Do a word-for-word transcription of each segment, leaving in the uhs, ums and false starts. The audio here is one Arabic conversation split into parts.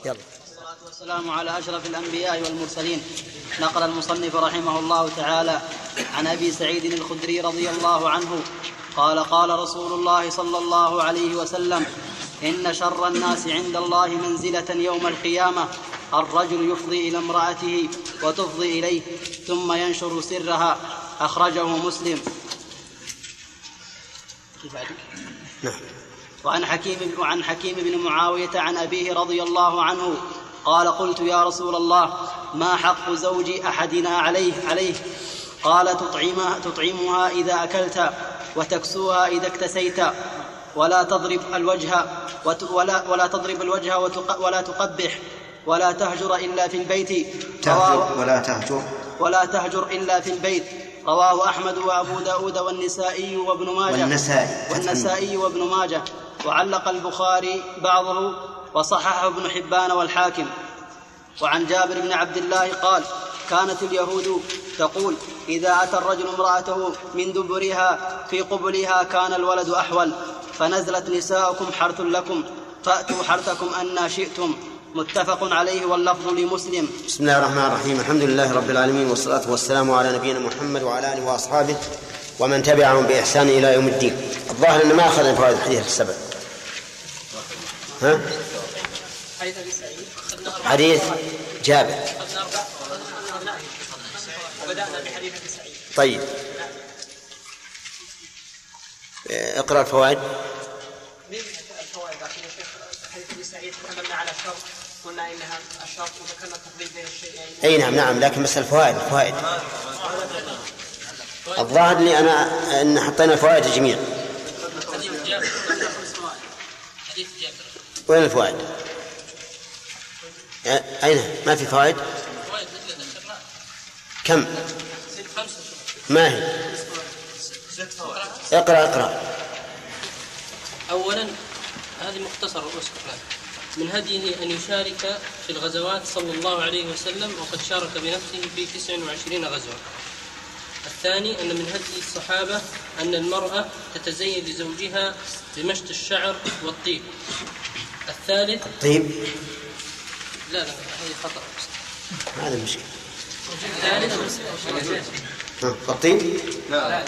يلا. والصلاة والسلام على أشرف الأنبياء والمرسلين. نقل المصنف رحمه الله تعالى عن أبي سعيد الخدري رضي الله عنه قال قال رسول الله صلى الله عليه وسلم: إن شر الناس عند الله منزلة يوم القيامة الرجل يفضي إلى امرأته وتفضي إليه ثم ينشر سرها. أخرجه مسلم. نعم. وعن حكيم, وعن حكيم بن معاوية عن أبيه رضي الله عنه قال: قلت يا رسول الله ما حق زوج أحدنا عليه, عليه؟ قال: تطعمها, تطعمها إذا أكلت وتكسوها إذا اكتسيت ولا تضرب الوجه ولا, ولا تضرب الوجه ولا تقبح ولا تهجر إلا في البيت. تهجر ولا تهجر ولا تهجر إلا في البيت. رواه أحمد وأبو داود والنسائي وابن ماجه والنسائي, والنسائي وابن ماجه. وعلق البخاري بعضه وصححه ابن حبان والحاكم. وعن جابر بن عبد الله قال: كانت اليهود تقول إذا أتى الرجل امرأته من دبرها في قبلها كان الولد أحول، فنزلت: نساؤكم حرث لكم فأتوا حرثكم أنى شئتم. متفق عليه واللفظ لمسلم. بسم الله الرحمن الرحيم. الحمد لله رب العالمين، والصلاة والسلام على نبينا محمد وعلى آله وأصحابه ومن تبعهم بإحسان إلى يوم الدين. الظاهر أن ما أخذنا فوائد الحديث السبع. ها؟ حديث جابر. طيب، اقرأ الفوائد. تكلمنا على الشرط، قلنا إنها الشرط وذكرنا التفضيل بين الشيئين. أي نعم نعم، لكن بس الفوائد الفوائد الظاهر لي أنا أن حطينا الفوائد الجميع. وين الفوائد؟ أين؟ ما في فوائد؟ كم؟ ما هي؟ اقرأ اقرأ. أولا هذه مختصر الأسئلة. من هديه أن يشارك في الغزوات صلى الله عليه وسلم، وقد شارك بنفسه في تسع وعشرين غزوة. الثاني أن من هدي الصحابة أن المرأة تتزين لزوجها بمشط الشعر والطيب. الثالث الطيب؟ لا لا هذه خطأ. هذا المشكلة. الثالث الطيب؟ لا لا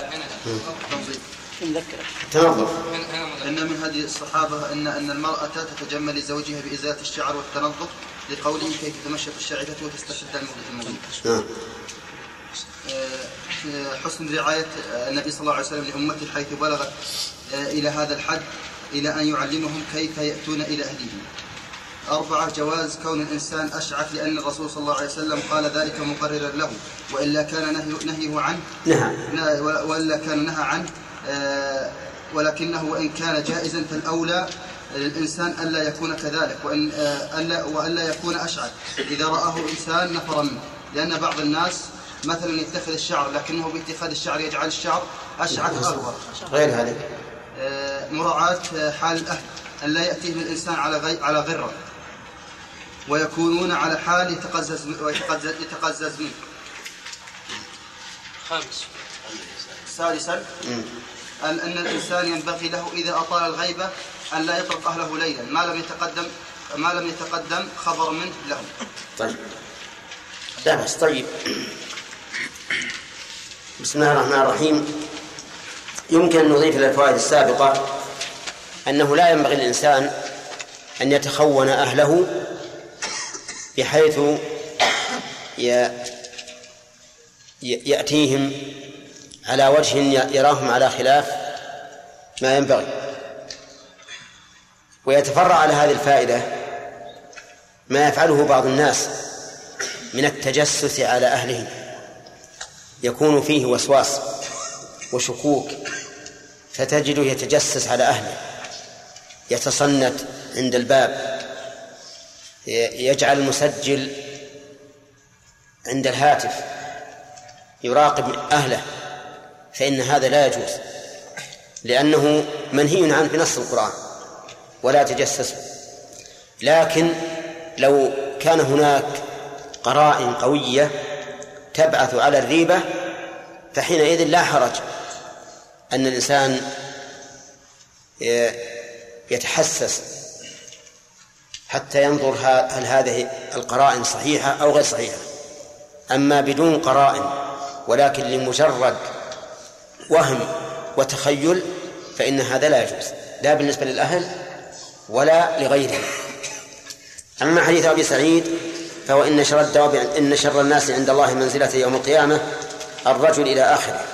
تنظف. إن من هدي الصحابة أن أن المرأة تتجمل لزوجها بإزالة الشعر والتنظف، لقوله: كيف تمشط الشعرة وتستشد المغيب. حسن رعاية النبي صلى الله عليه وسلم لأمته حيث بلغت إلى هذا الحد، إلى أن يعلمهم كيف يأتون إلى أهلهم. أربعة: جواز كون الإنسان أشعث، لأن الرسول صلى الله عليه وسلم قال ذلك مقررا له، وإلا كان نهي نهيه عنه نهى وإلا كان نهى عنه آه ولكنه وإن كان جائزا فالأولى للإنسان ألا يكون كذلك، وإن آه ألا وألا يكون أشعث إذا رآه إنسان نفر منه، لأن بعض الناس مثلا يتخذ الشعر لكنه باتخاذ الشعر يجعل الشعر أشعث أغبر. غير هذا آه مراعاة حال الأهل، ألا يأتيهم الإنسان على غي على غرة ويكونون على حال يتقزز ويتقزز يتقزز منه. خامس. سادسا أن الإنسان ينبغي له إذا أطال الغيبة أن لا يترك أهله ليلا ما لم يتقدم ما لم يتقدم خبر منه له. طيب لا بس. طيب، بسم الله الرحمن الرحيم. يمكن أن نضيف إلى الفوائد السابقة أنه لا ينبغي للإنسان أن يتخون أهله بحيث يأتيهم على وجه يراهم على خلاف ما ينبغي. ويتفرع على هذه الفائدة ما يفعله بعض الناس من التجسس على أهلهم، يكون فيه وسواس وشكوك، فتجده يتجسس على أهله، يتصنت عند الباب، يجعل المسجل عند الهاتف يراقب أهله، فإن هذا لا يجوز، لأنه منهي عنه بنص القرآن: ولا تجسسوا. لكن لو كان هناك قرائن قوية تبعث على الريبة فحينئذ لا حرج أن الإنسان يتحسس حتى ينظر هل هذه القرائن صحيحة أو غير صحيحة. أما بدون قرائن ولكن لمجرد وهم وتخيل فإن هذا لا يجوز، لا بالنسبة للأهل ولا لغيرهم. أما حديث أبي سعيد فهو إن شر الدواب إن شر الناس عند الله منزلة يوم القيامة الرجل إلى آخره.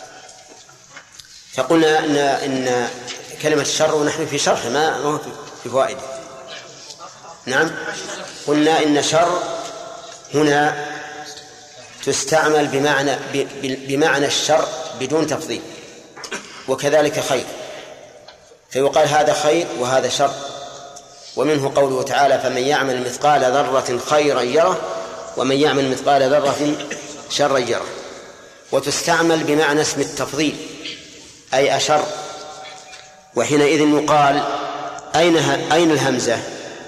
فقلنا إن, إن كلمة الشر ونحن في شرح ما هو في فوائد. نعم، قلنا إن شر هنا تستعمل بمعنى بمعنى الشر بدون تفضيل، وكذلك خير، فيقال هذا خير وهذا شر. ومنه قوله تعالى فمن يعمل مثقال ذرة خيرا يره ومن يعمل مثقال ذرة شرا يره. وتستعمل بمعنى اسم التفضيل أي أشر، وحينئذ يقال أين أين الهمزة؟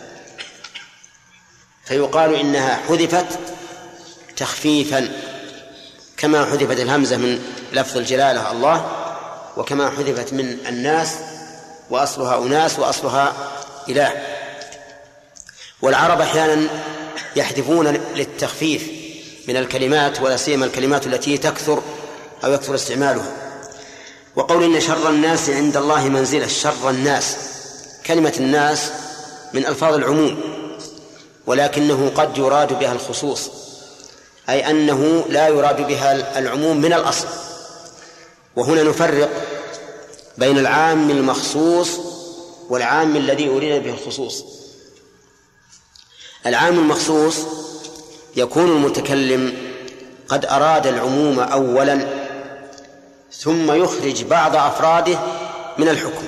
فيقال إنها حذفت تخفيفا كما حذفت الهمزة من لفظ الجلالة الله، وكما حذفت من الناس وأصلها أناس وأصلها إله. والعرب أحيانا يحذفون للتخفيف من الكلمات، ولا سيما الكلمات التي تكثر أو يكثر استعمالها. وقول إن شر الناس عند الله منزلة، شر الناس، كلمة الناس من ألفاظ العموم، ولكنه قد يراد بها الخصوص، أي أنه لا يراد بها العموم من الأصل. وهنا نفرق بين العام المخصوص والعام الذي أريد به الخصوص. العام المخصوص يكون المتكلم قد أراد العموم أولا ثم يخرج بعض أفراده من الحكم.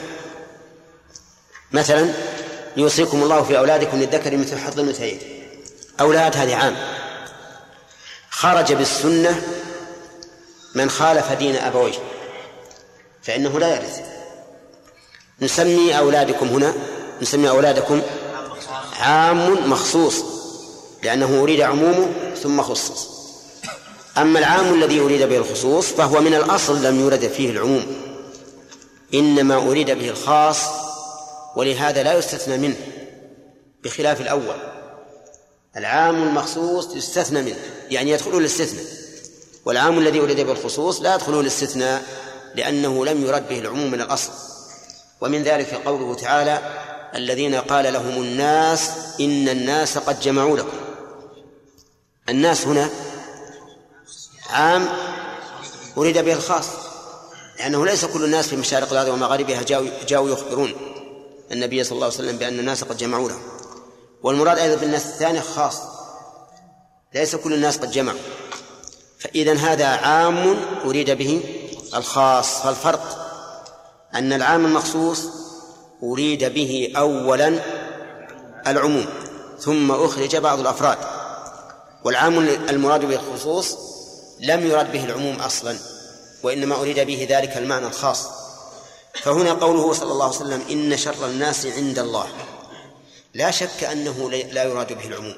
مثلا يوصيكم الله في أولادكم للذكر مثل حظ الأنثيين، أولاد هذه عام، خرج بالسنة من خالف دين أبويه فإنه لا يرث. نسمي أولادكم هنا نسمي أولادكم عام مخصوص لأنه أريد عمومه ثم خصص. أما العام الذي أريد به الخصوص فهو من الأصل لم يرد فيه العموم، إنما أريد به الخاص، ولهذا لا يستثنى منه بخلاف الأول. العام المخصوص يستثنى منه، يعني يدخلون الاستثناء، والعام الذي أريد به الخصوص لا يدخلون الاستثناء لأنه لم يرد به العموم من الأصل. ومن ذلك قوله تعالى الذين قال لهم الناس إن الناس قد جمعوا لكم. الناس هنا عام أريد به الخاص، لأنه ليس كل الناس في مشارق الأرض ومغاربها جاءوا يخبرون النبي صلى الله عليه وسلم بأن الناس قد جمعوا له. والمراد أيضا بالناس الثاني خاص، ليس كل الناس قد جمعوا. فإذن هذا عام أريد به الخاص. فالفرق أن العام المخصوص أريد به أولا العموم ثم أخرج بعض الأفراد، والعام المراد به الخصوص لم يرد به العموم أصلا، وإنما أريد به ذلك المعنى الخاص. فهنا قوله صلى الله عليه وسلم إن شر الناس عند الله، لا شك أنه لا يراد به العموم،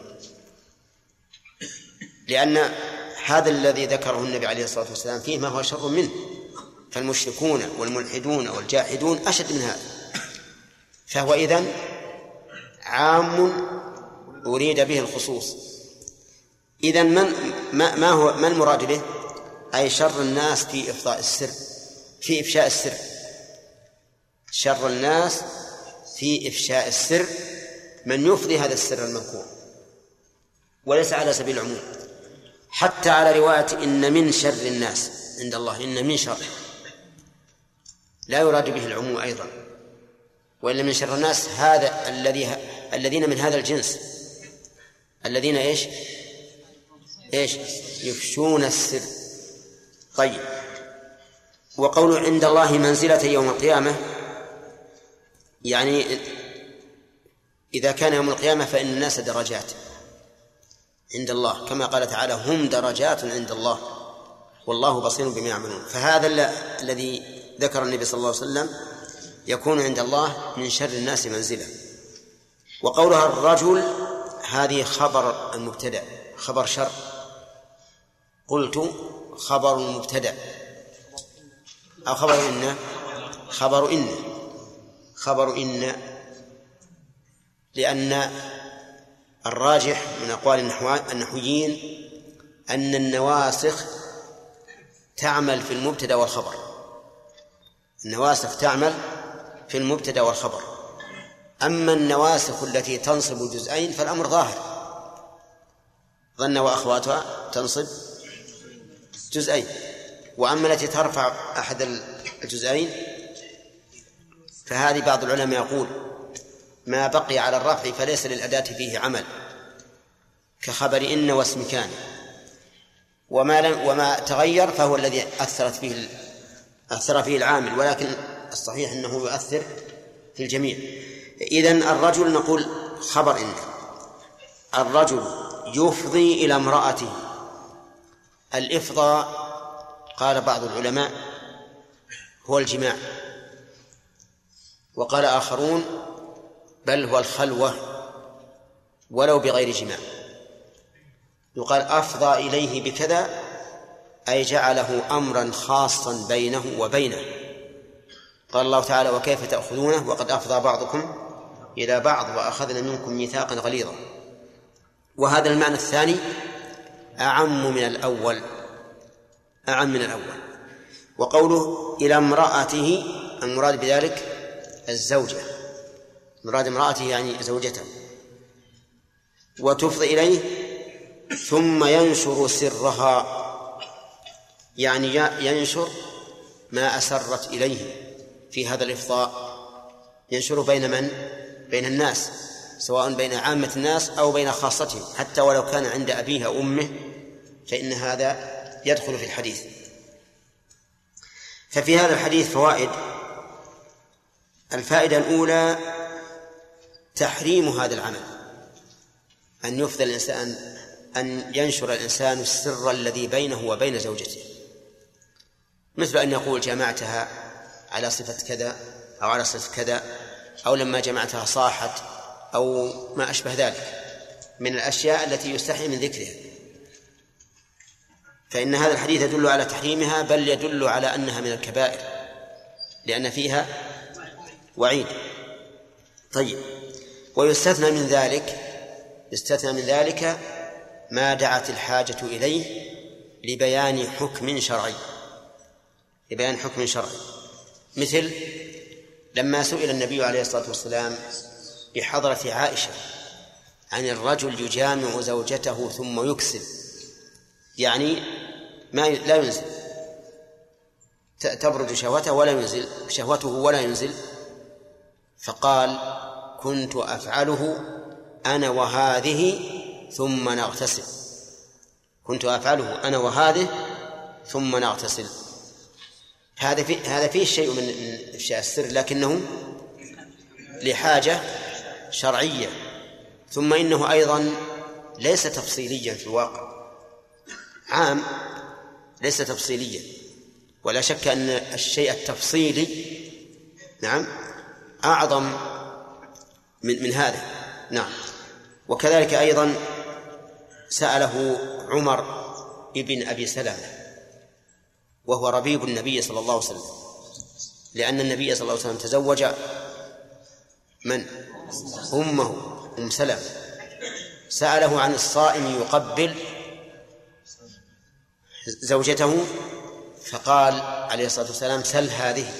لأن هذا الذي ذكره النبي عليه الصلاة والسلام فيه ما هو شر منه، فالمشركون والملحدون والجاحدون أشد من هذا. فهو إذن عام أريد به الخصوص. إذن من ما, ما هو ما المراد به؟ أي شر الناس في إفضاء السر، في إفشاء السر. شر الناس في إفشاء السر، من يفضي هذا السر المذكور، وليس على سبيل العموم. حتى على رواية إن من شر الناس عند الله، إن من شر لا يراد به العموم أيضا، وإلا من شر الناس هذا الذي الذين من هذا الجنس الذين إيش إيش يفشون السر. طيب، وقول عند الله منزلة يوم القيامة، يعني إذا كان يوم القيامة فإن الناس درجات عند الله، كما قال تعالى هم درجات عند الله والله بصير بما يعملون. فهذا الذي ذكر النبي صلى الله عليه وسلم يكون عند الله من شر الناس منزلة. وقولها الرجل هذه خبر المبتدأ، خبر شر. قلت خبر المبتدأ أو خبر إن خبر إن خبر إن لأن الراجح من أقوال النحويين أن النواسخ تعمل في المبتدأ والخبر. النواسخ تعمل في المبتدأ والخبر. أما النواسخ التي تنصب جزئين فالأمر ظاهر، ظن وأخواتها تنصب جزئين. وأما التي ترفع أحد الجزئين فهذه بعض العلماء يقول ما بقي على الرفع فليس للأداة فيه عمل، كخبر إن واسم كان، وما, لم وما تغير فهو الذي أثرت فيه أثر فيه العامل، ولكن الصحيح أنه يؤثر في الجميع. إذن الرجل نقول خبر إن الرجل يفضي إلى امرأته. الإفضاء قال بعض العلماء هو الجماع، وقال آخرون بل هو الخلوة ولو بغير جماع. يقال أفضى إليه بكذا أي جعله أمرا خاصا بينه وبينه. قال الله تعالى وكيف تأخذونه وقد أفضى بعضكم إلى بعض وأخذنا منكم ميثاقا غليظا. وهذا المعنى الثاني أعم من الأول، أعم من الأول. وقوله إلى امرأته المراد بذلك الزوجة، مراد امرأته يعني زوجته. وتفضي إليه ثم ينشر سرها، يعني ينشر ما أسرت إليه في هذا الإفضاء، ينشر بين من؟ بين الناس، سواء بين عامة الناس أو بين خاصتهم، حتى ولو كان عند أبيها أمه فإن هذا يدخل في الحديث. ففي هذا الحديث فوائد. الفائدة الأولى تحريم هذا العمل، أن يفضي الإنسان، أن ينشر الإنسان السر الذي بينه وبين زوجته، مثل أن يقول جمعتها على صفة كذا أو على صفة كذا، أو لما جمعتها صاحت، أو ما أشبه ذلك من الأشياء التي يستحي من ذكرها. فإن هذا الحديث يدل على تحريمها، بل يدل على أنها من الكبائر لأن فيها وعيد. طيب، ويستثنى من ذلك يستثنى من ذلك ما دعت الحاجة إليه لبيان حكم شرعي، لبيان حكم شرعي، مثل لما سئل النبي عليه الصلاة والسلام بحضرة عائشة عن الرجل يجامع زوجته ثم يكسل، يعني ما لا ينزل، تبرد شهوته ولا ينزل شهوته ولا ينزل، فقال كنت أفعله أنا وهذه ثم نغتسل، كنت أفعله أنا وهذه ثم نغتسل. هذا في هذا فيه شيء من إفشاء السر، لكنه لحاجة شرعية. ثم إنه أيضا ليس تفصيليا في الواقع، عام ليس تفصيليا، ولا شك أن الشيء التفصيلي نعم أعظم من, من هذا. نعم. وكذلك أيضا سأله عمر ابن أبي سلمة وهو ربيب النبي صلى الله عليه وسلم، لأن النبي صلى الله عليه وسلم تزوج من؟ أمه أم سلمة. سأله عن الصائم يقبل زوجته، فقال عليه الصلاة والسلام سل هذه،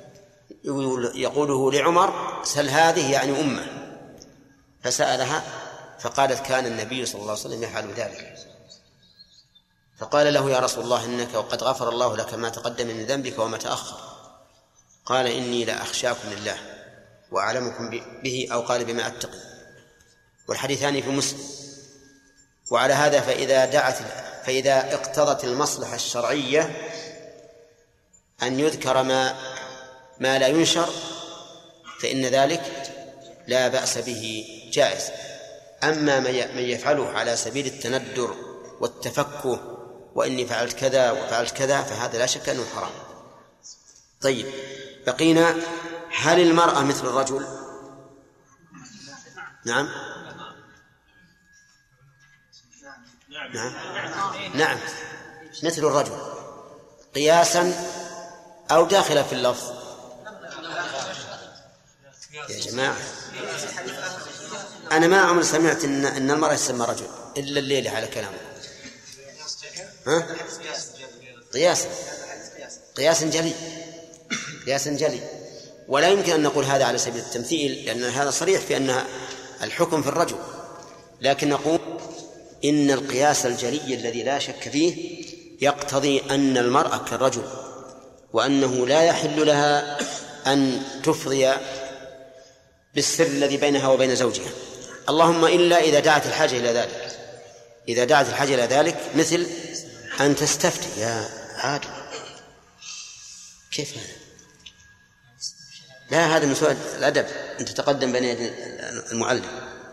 يقوله لعمر سل هذه يعني أمه، فسألها فقالت كان النبي صلى الله عليه وسلم يفعل ذلك. فقال له يا رسول الله إنك وقد غفر الله لك ما تقدم من ذنبك وما تأخر. قال إني لا أخشاكم لله وأعلمكم به، أو قال بما أتقي. والحديثان في مسلم. وعلى هذا فإذا دعت فإذا اقتضت المصلحة الشرعية أن يذكر ما ما لا ينشر فإن ذلك لا بأس به، جائز. أما من يفعله على سبيل التندر والتفكه وإني فعلت كذا وفعلت كذا فهذا لا شك أنه حرام. طيب، بقينا هل المرأة مثل الرجل؟ نعم نعم نعم مثل الرجل قياسا أو داخلة في اللفظ. يا جماعة أنا ما عمري سمعت إن, إن المرأة تسمى رجل إلا الليلة على كلامه. ها؟ قياس قياس جلي قياس جلي ولا يمكن أن نقول هذا على سبيل التمثيل، لأن هذا صريح في أن الحكم في الرجل، لكن نقول إن القياس الجلي الذي لا شك فيه يقتضي أن المرأة كالرجل، وأنه لا يحل لها أن تفضي بالسر الذي بينها وبين زوجها، اللهم إلا إذا دعت الحاجة إلى ذلك. إذا دعت الحاجة إلى ذلك مثل أن تستفتي. يا عادل كيف هذا؟ لا، هذا من سؤال الأدب أن تتقدم بين يدي المعلم.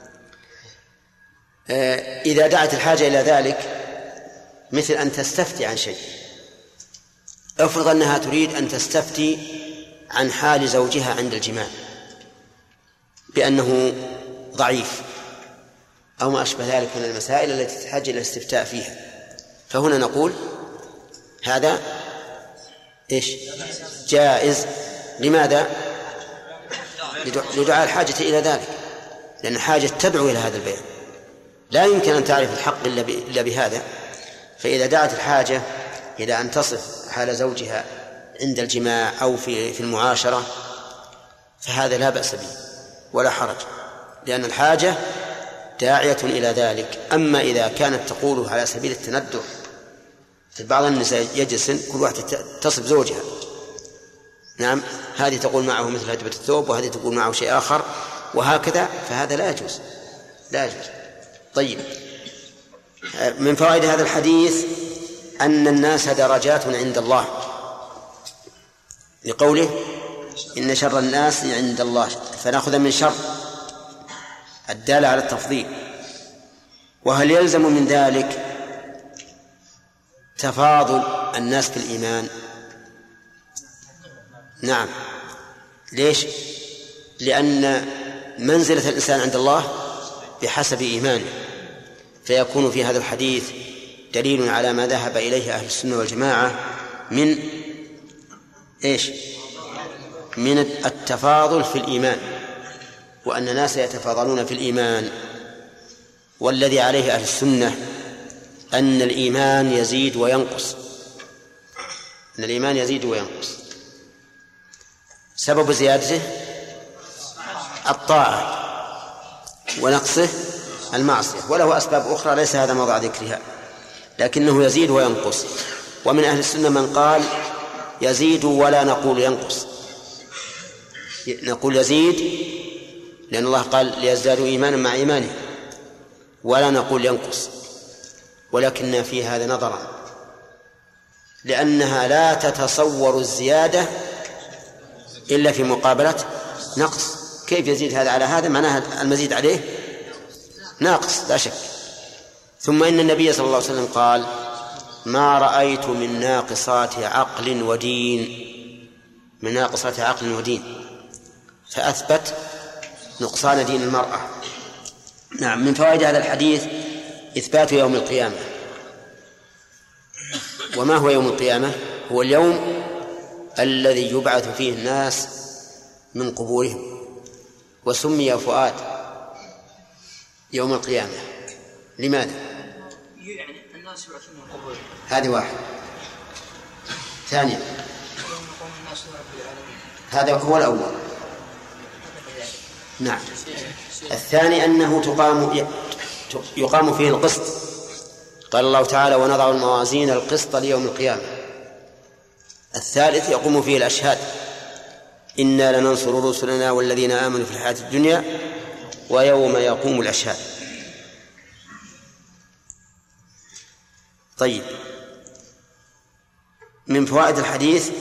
إذا دعت الحاجة إلى ذلك مثل أن تستفتي عن شيء. افرض أنها تريد أن تستفتي عن حال زوجها عند الجماع بأنه ضعيف أو ما أشبه ذلك من المسائل التي تحتاج إلى الاستفتاء فيها، فهنا نقول هذا إيش؟ جائز. لماذا؟ لدعاء الحاجة إلى ذلك، لأن الحاجة تدعو إلى هذا البيان، لا يمكن أن تعرف الحق إلا بهذا. فإذا دعت الحاجة إلى أن تصف حال زوجها عند الجماع أو في في المعاشرة فهذا لا بأس به ولا حرج، لأن الحاجة داعية إلى ذلك. أما إذا كانت تقوله على سبيل التندر، بعض النساء يجلسن كل واحدة تصف زوجها، نعم، هذه تقول معه مثل هدبة الثوب وهذه تقول معه شيء آخر وهكذا، فهذا لا يجوز لا يجوز. طيب، من فوائد هذا الحديث أن الناس درجات عند الله، لقوله إن شر الناس عند الله، فنأخذ من شر الدالة على التفضيل. وهل يلزم من ذلك تفاضل الناس في الإيمان؟ نعم. ليش؟ لأن منزلة الإنسان عند الله بحسب إيمانه، فيكون في هذا الحديث دليل على ما ذهب إليه أهل السنة والجماعة من إيش؟ من التفاضل في الإيمان، وأن الناس يتفاضلون في الإيمان. والذي عليه أهل السنة أن الإيمان يزيد وينقص، أن الإيمان يزيد وينقص. سبب زيادته الطاعة، ونقصه المعصية، وله أسباب أخرى ليس هذا موضع ذكرها، لكنه يزيد وينقص. ومن أهل السنة من قال يزيد ولا نقول ينقص، نقول يزيد لأن الله قال ليزدادوا إيمانا مع إيمانه، ولا نقول ينقص. ولكن في هذا نظرا، لأنها لا تتصور الزيادة إلا في مقابلة نقص. كيف يزيد هذا على هذا؟ معناها المزيد عليه ناقص لا شك. ثم إن النبي صلى الله عليه وسلم قال ما رأيت من ناقصات عقل ودين من ناقصات عقل ودين، فأثبت نقصان دين المرأة. نعم. من فوائد هذا الحديث إثبات يوم القيامة. وما هو يوم القيامة؟ هو اليوم الذي يبعث فيه الناس من قبورهم، وسمي فؤاد يوم القيامة. لماذا؟ يعني الناس يبعثون من قبورهم، هذه واحد. ثانيا هذا هو الأول. نعم. الثاني أنه تقام يقام فيه القسط. قال الله تعالى ونضع الموازين القسط ليوم القيامة. الثالث يقوم فيه الأشهاد إنا لننصر رسلنا والذين آمنوا في الحياة الدنيا ويوم يقوم الأشهاد. طيب، من فوائد الحديث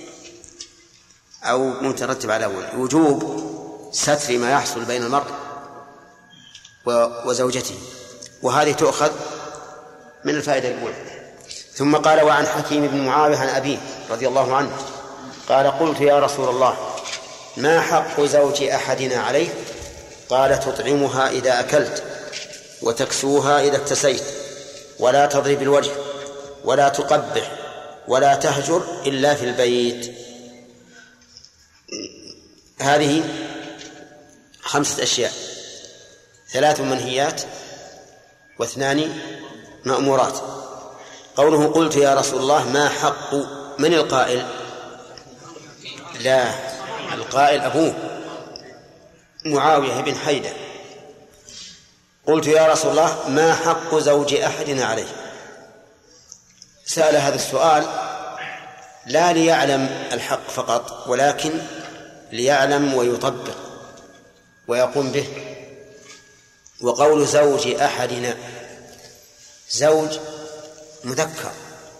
أو مترتب على أول وجوب ستر ما يحصل بين المرء وزوجته، وهذه تؤخذ من الفائدة الأولى. ثم قال وعن حكيم بن معاوية عن أبيه رضي الله عنه قال قلت يا رسول الله ما حق زوج أحدنا عليه؟ قال تطعمها إذا أكلت وتكسوها إذا اكتسيت ولا تضرب الوجه ولا تقبح ولا تهجر إلا في البيت. هذه خمسة أشياء. ثلاث منهيات واثنان مأمورات. قوله قلت يا رسول الله ما حق من القائل؟ لا، القائل أبوه معاوية بن حيدة. قلت يا رسول الله ما حق زوج أحدنا عليه؟ سأل هذا السؤال لا ليعلم الحق فقط، ولكن ليعلم ويطبق ويقوم به. وقول زوج أحدنا، زوج مذكر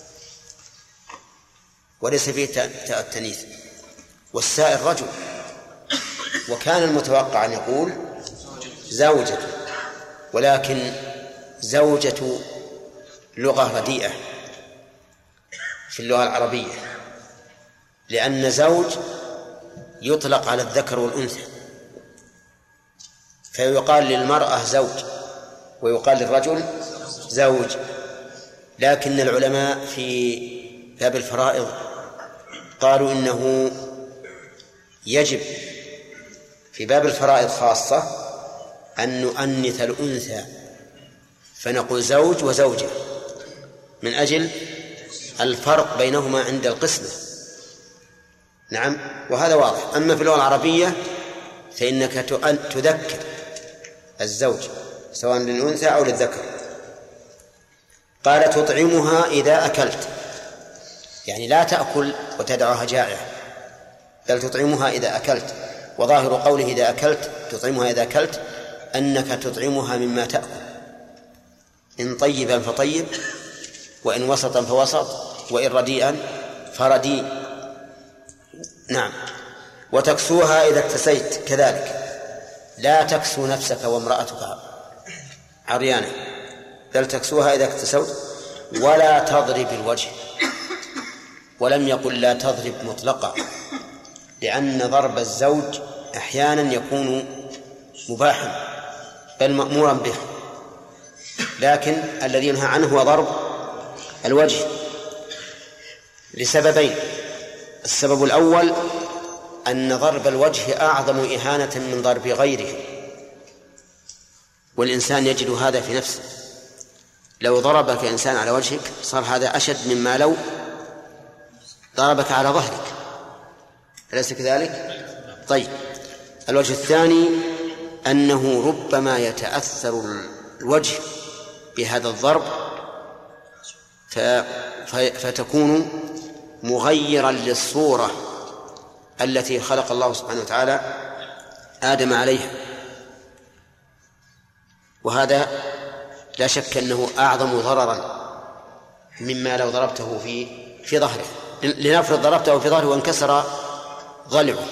وليس فيه تاء التانيث، والسائل رجل، وكان المتوقع أن يقول زوجة، ولكن زوجة لغة رديئة في اللغة العربية، لأن زوج يطلق على الذكر والأنثى، فيقال للمرأة زوج ويقال للرجل زوج. لكن العلماء في باب الفرائض قالوا إنه يجب في باب الفرائض خاصة أن نؤنث الأنثى فنقول زوج وزوجة من أجل الفرق بينهما عند القسمة. نعم، وهذا واضح. أما في اللغة العربية فإنك تذكر الزوج سواء للأنثى أو للذكر. قال تطعمها إذا أكلت، يعني لا تأكل وتدعها جائعة، بل تطعمها إذا أكلت. وظاهر قوله إذا أكلت تطعمها إذا أكلت أنك تطعمها مما تأكل، إن طيبا فطيب، وإن وسطا فوسط، وإن رديئا فرديء. نعم. وتكسوها إذا اكتسيت كذلك، لا تكسو نفسك وامرأتك عريانة، بل تكسوها إذا اكتسوت. ولا تضرب الوجه، ولم يقل لا تضرب مطلقا، لأن ضرب الزوج أحيانا يكون مباحا بل مأمورا به، لكن الذي ينهى عنه هو ضرب الوجه لسببين. السبب الأول أن ضرب الوجه أعظم إهانة من ضرب غيره، والإنسان يجد هذا في نفسه. لو ضربك إنسان على وجهك صار هذا أشد مما لو ضربك على ظهرك، أليس كذلك؟ طيب، الوجه الثاني أنه ربما يتأثر الوجه بهذا الضرب فتكون مغيرا للصورة التي خلق الله سبحانه وتعالى آدم عليها، وهذا لا شك أنه أعظم ضررا مما لو ضربته في في ظهره. لنفرض ضربته في ظهره وانكسر ضلعه،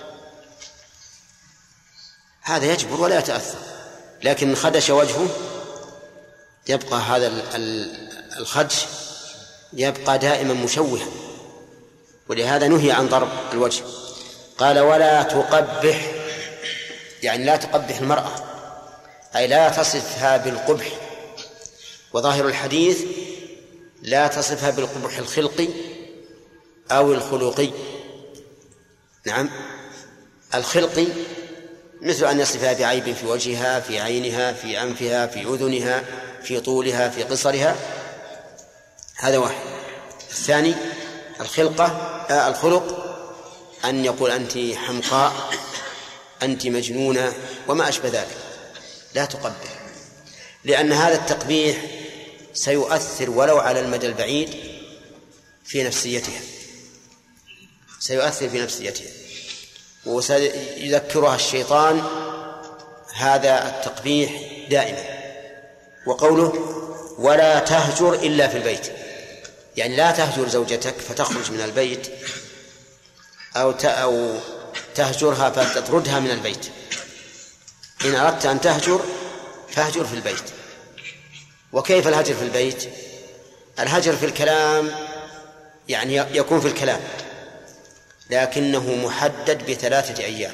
هذا يجبر ولا يتأثر، لكن خدش وجهه يبقى هذا الخدش يبقى دائما مشوها، ولهذا نهي عن ضرب الوجه. قال ولا تقبح، يعني لا تقبح المرأة، أي لا تصفها بالقبح. وظاهر الحديث لا تصفها بالقبح الخلقي أو الخلقي. نعم، الخلقي مثل أن يصفها بعيب في وجهها، في عينها، في أنفها، في أذنها، في طولها، في قصرها، هذا واحد. الثاني الخلقة آه الخلق أن يقول أنت حمقاء، أنت مجنونة، وما أشبه ذلك. لا تقبح، لأن هذا التقبيح سيؤثر ولو على المدى البعيد في نفسيتها، سيؤثر في نفسيتها، وسيذكرها الشيطان هذا التقبيح دائما. وقوله ولا تهجر إلا في البيت، يعني لا تهجر زوجتك فتخرج من البيت أو أو تهجرها فتطردها من البيت. إن أردت أن تهجر فاهجر في البيت. وكيف الهجر في البيت؟ الهجر في الكلام يعني يكون في الكلام، لكنه محدد بثلاثة أيام.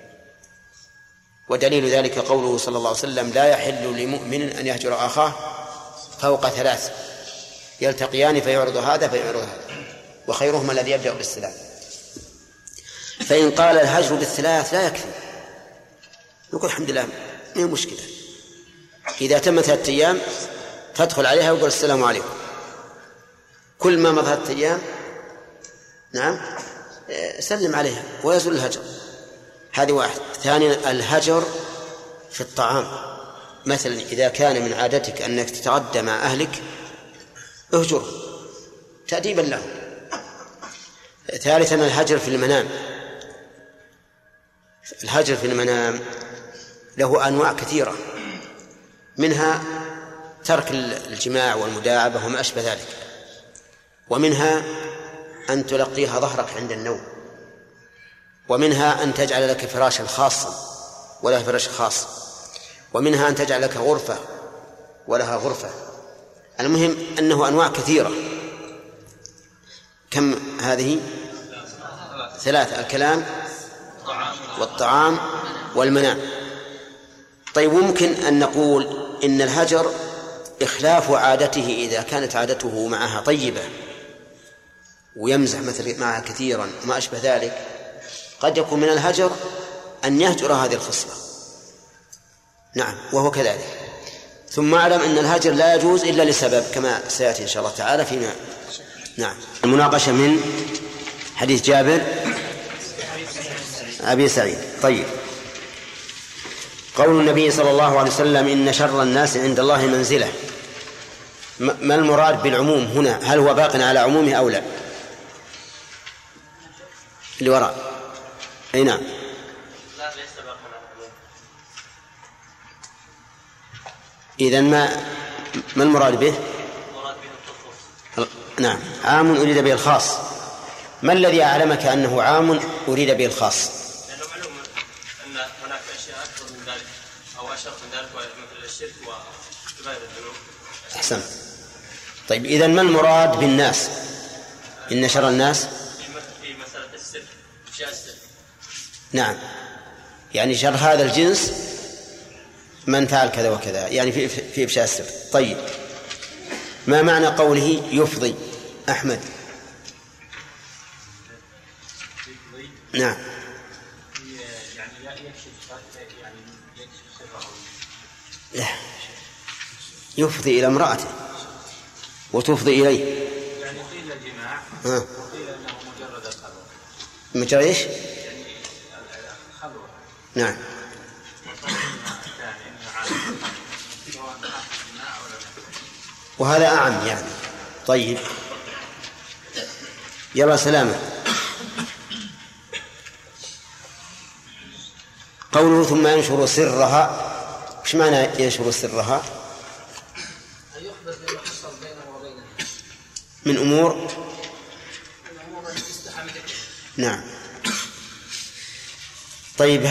ودليل ذلك قوله صلى الله عليه وسلم لا يحل لمؤمن أن يهجر أخاه فوق ثلاث، يلتقيان فيعرض هذا فيعرض هذا، وخيرهما الذي يبدأ بالسلام. فإن قال الهجر بالثلاث لا يكفي، نقول الحمد لله ما هي مشكلة، إذا تم ثلاثة أيام تدخل عليها ويقول السلام عليكم. كل ما مضت ثلاثة أيام نعم سلم عليها ويزول الهجر. هذه واحد. ثانيا الهجر في الطعام، مثلا إذا كان من عادتك أنك تتغدى مع أهلك اهجر تأديبا لهم. ثالثا الهجر في المنام. الهجر في المنام له أنواع كثيرة، منها ترك الجماع والمداعبة وما أشبه ذلك، ومنها أن تلقيها ظهرك عند النوم، ومنها أن تجعل لك فراشا خاصا ولها فراش خاص، ومنها أن تجعل لك غرفة ولها غرفة. المهم أنه أنواع كثيرة. كم هذه؟ ثلاثة: الكلام والطعام والمنام. طيب ممكن أن نقول إن الهجر إخلاف عادته إذا كانت عادته معها طيبة ويمزح مثل معها كثيرا وما أشبه ذلك، قد يكون من الهجر أن يهجر هذه الخصلة. نعم وهو كذلك. ثم أعلم أن الهجر لا يجوز إلا لسبب كما سيأتي إن شاء الله تعالى فيما. نعم. المناقشة من حديث جابر أبي سعيد. طيب، قول النبي صلى الله عليه وسلم إن شر الناس عند الله منزلة، ما المراد بالعموم هنا؟ هل هو باق على عمومه أو لا؟ اللي وراء. أي نعم. لا ليس باق على عمومه. إذن ما ما المراد به؟ المراد به الخصوص. نعم، عام أريد به الخاص. ما الذي أعلمك أنه عام أريد به الخاص؟ لأنه معلوم أن هناك أشياء أكثر من ذلك أو أشر من ذلك مثل الشرك وكبائر الذنوب. أحسن. طيب إذن ما المراد بالناس؟ إن شر الناس في مسألة السر، أشياء السر. نعم، يعني شر هذا الجنس من فعل كذا وكذا، يعني في في إفشاء السر. طيب، ما معنى قوله يفضي؟ أحمد. نعم. لا، يفضي إلى امرأته وتفضي إليه. يعني قيل الجماع ها. وقيل أنه مجرد الخلوة. مجرد إيش؟ يعني الخلوة. نعم. وهذا أعم يعني. طيب، يلا سلامة. قوله ثم ينشر سرها، وش معنى ينشر سرها؟ يخبر بما حصل بينه وبينه من أمور من أمور استحى ذكره. نعم. طيب،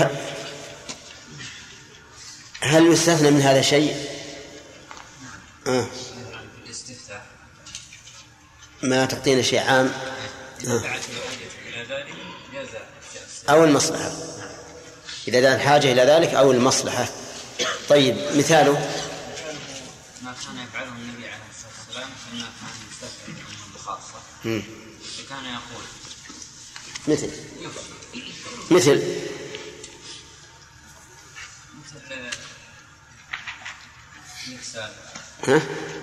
هل يستثنى من هذا شيء؟ آه. الاستفتاء ما تعطينا شيء عام. آه. إلى ذلك أو المصلحة، إذا دعت الحاجة إلى ذلك أو المصلحة. طيب، مثاله ما كان يفعله النبي عليه الصلاة والسلام أنه كان يستفتى بخاصة، فكان يقول مثل مثل مثل يكسر. ها؟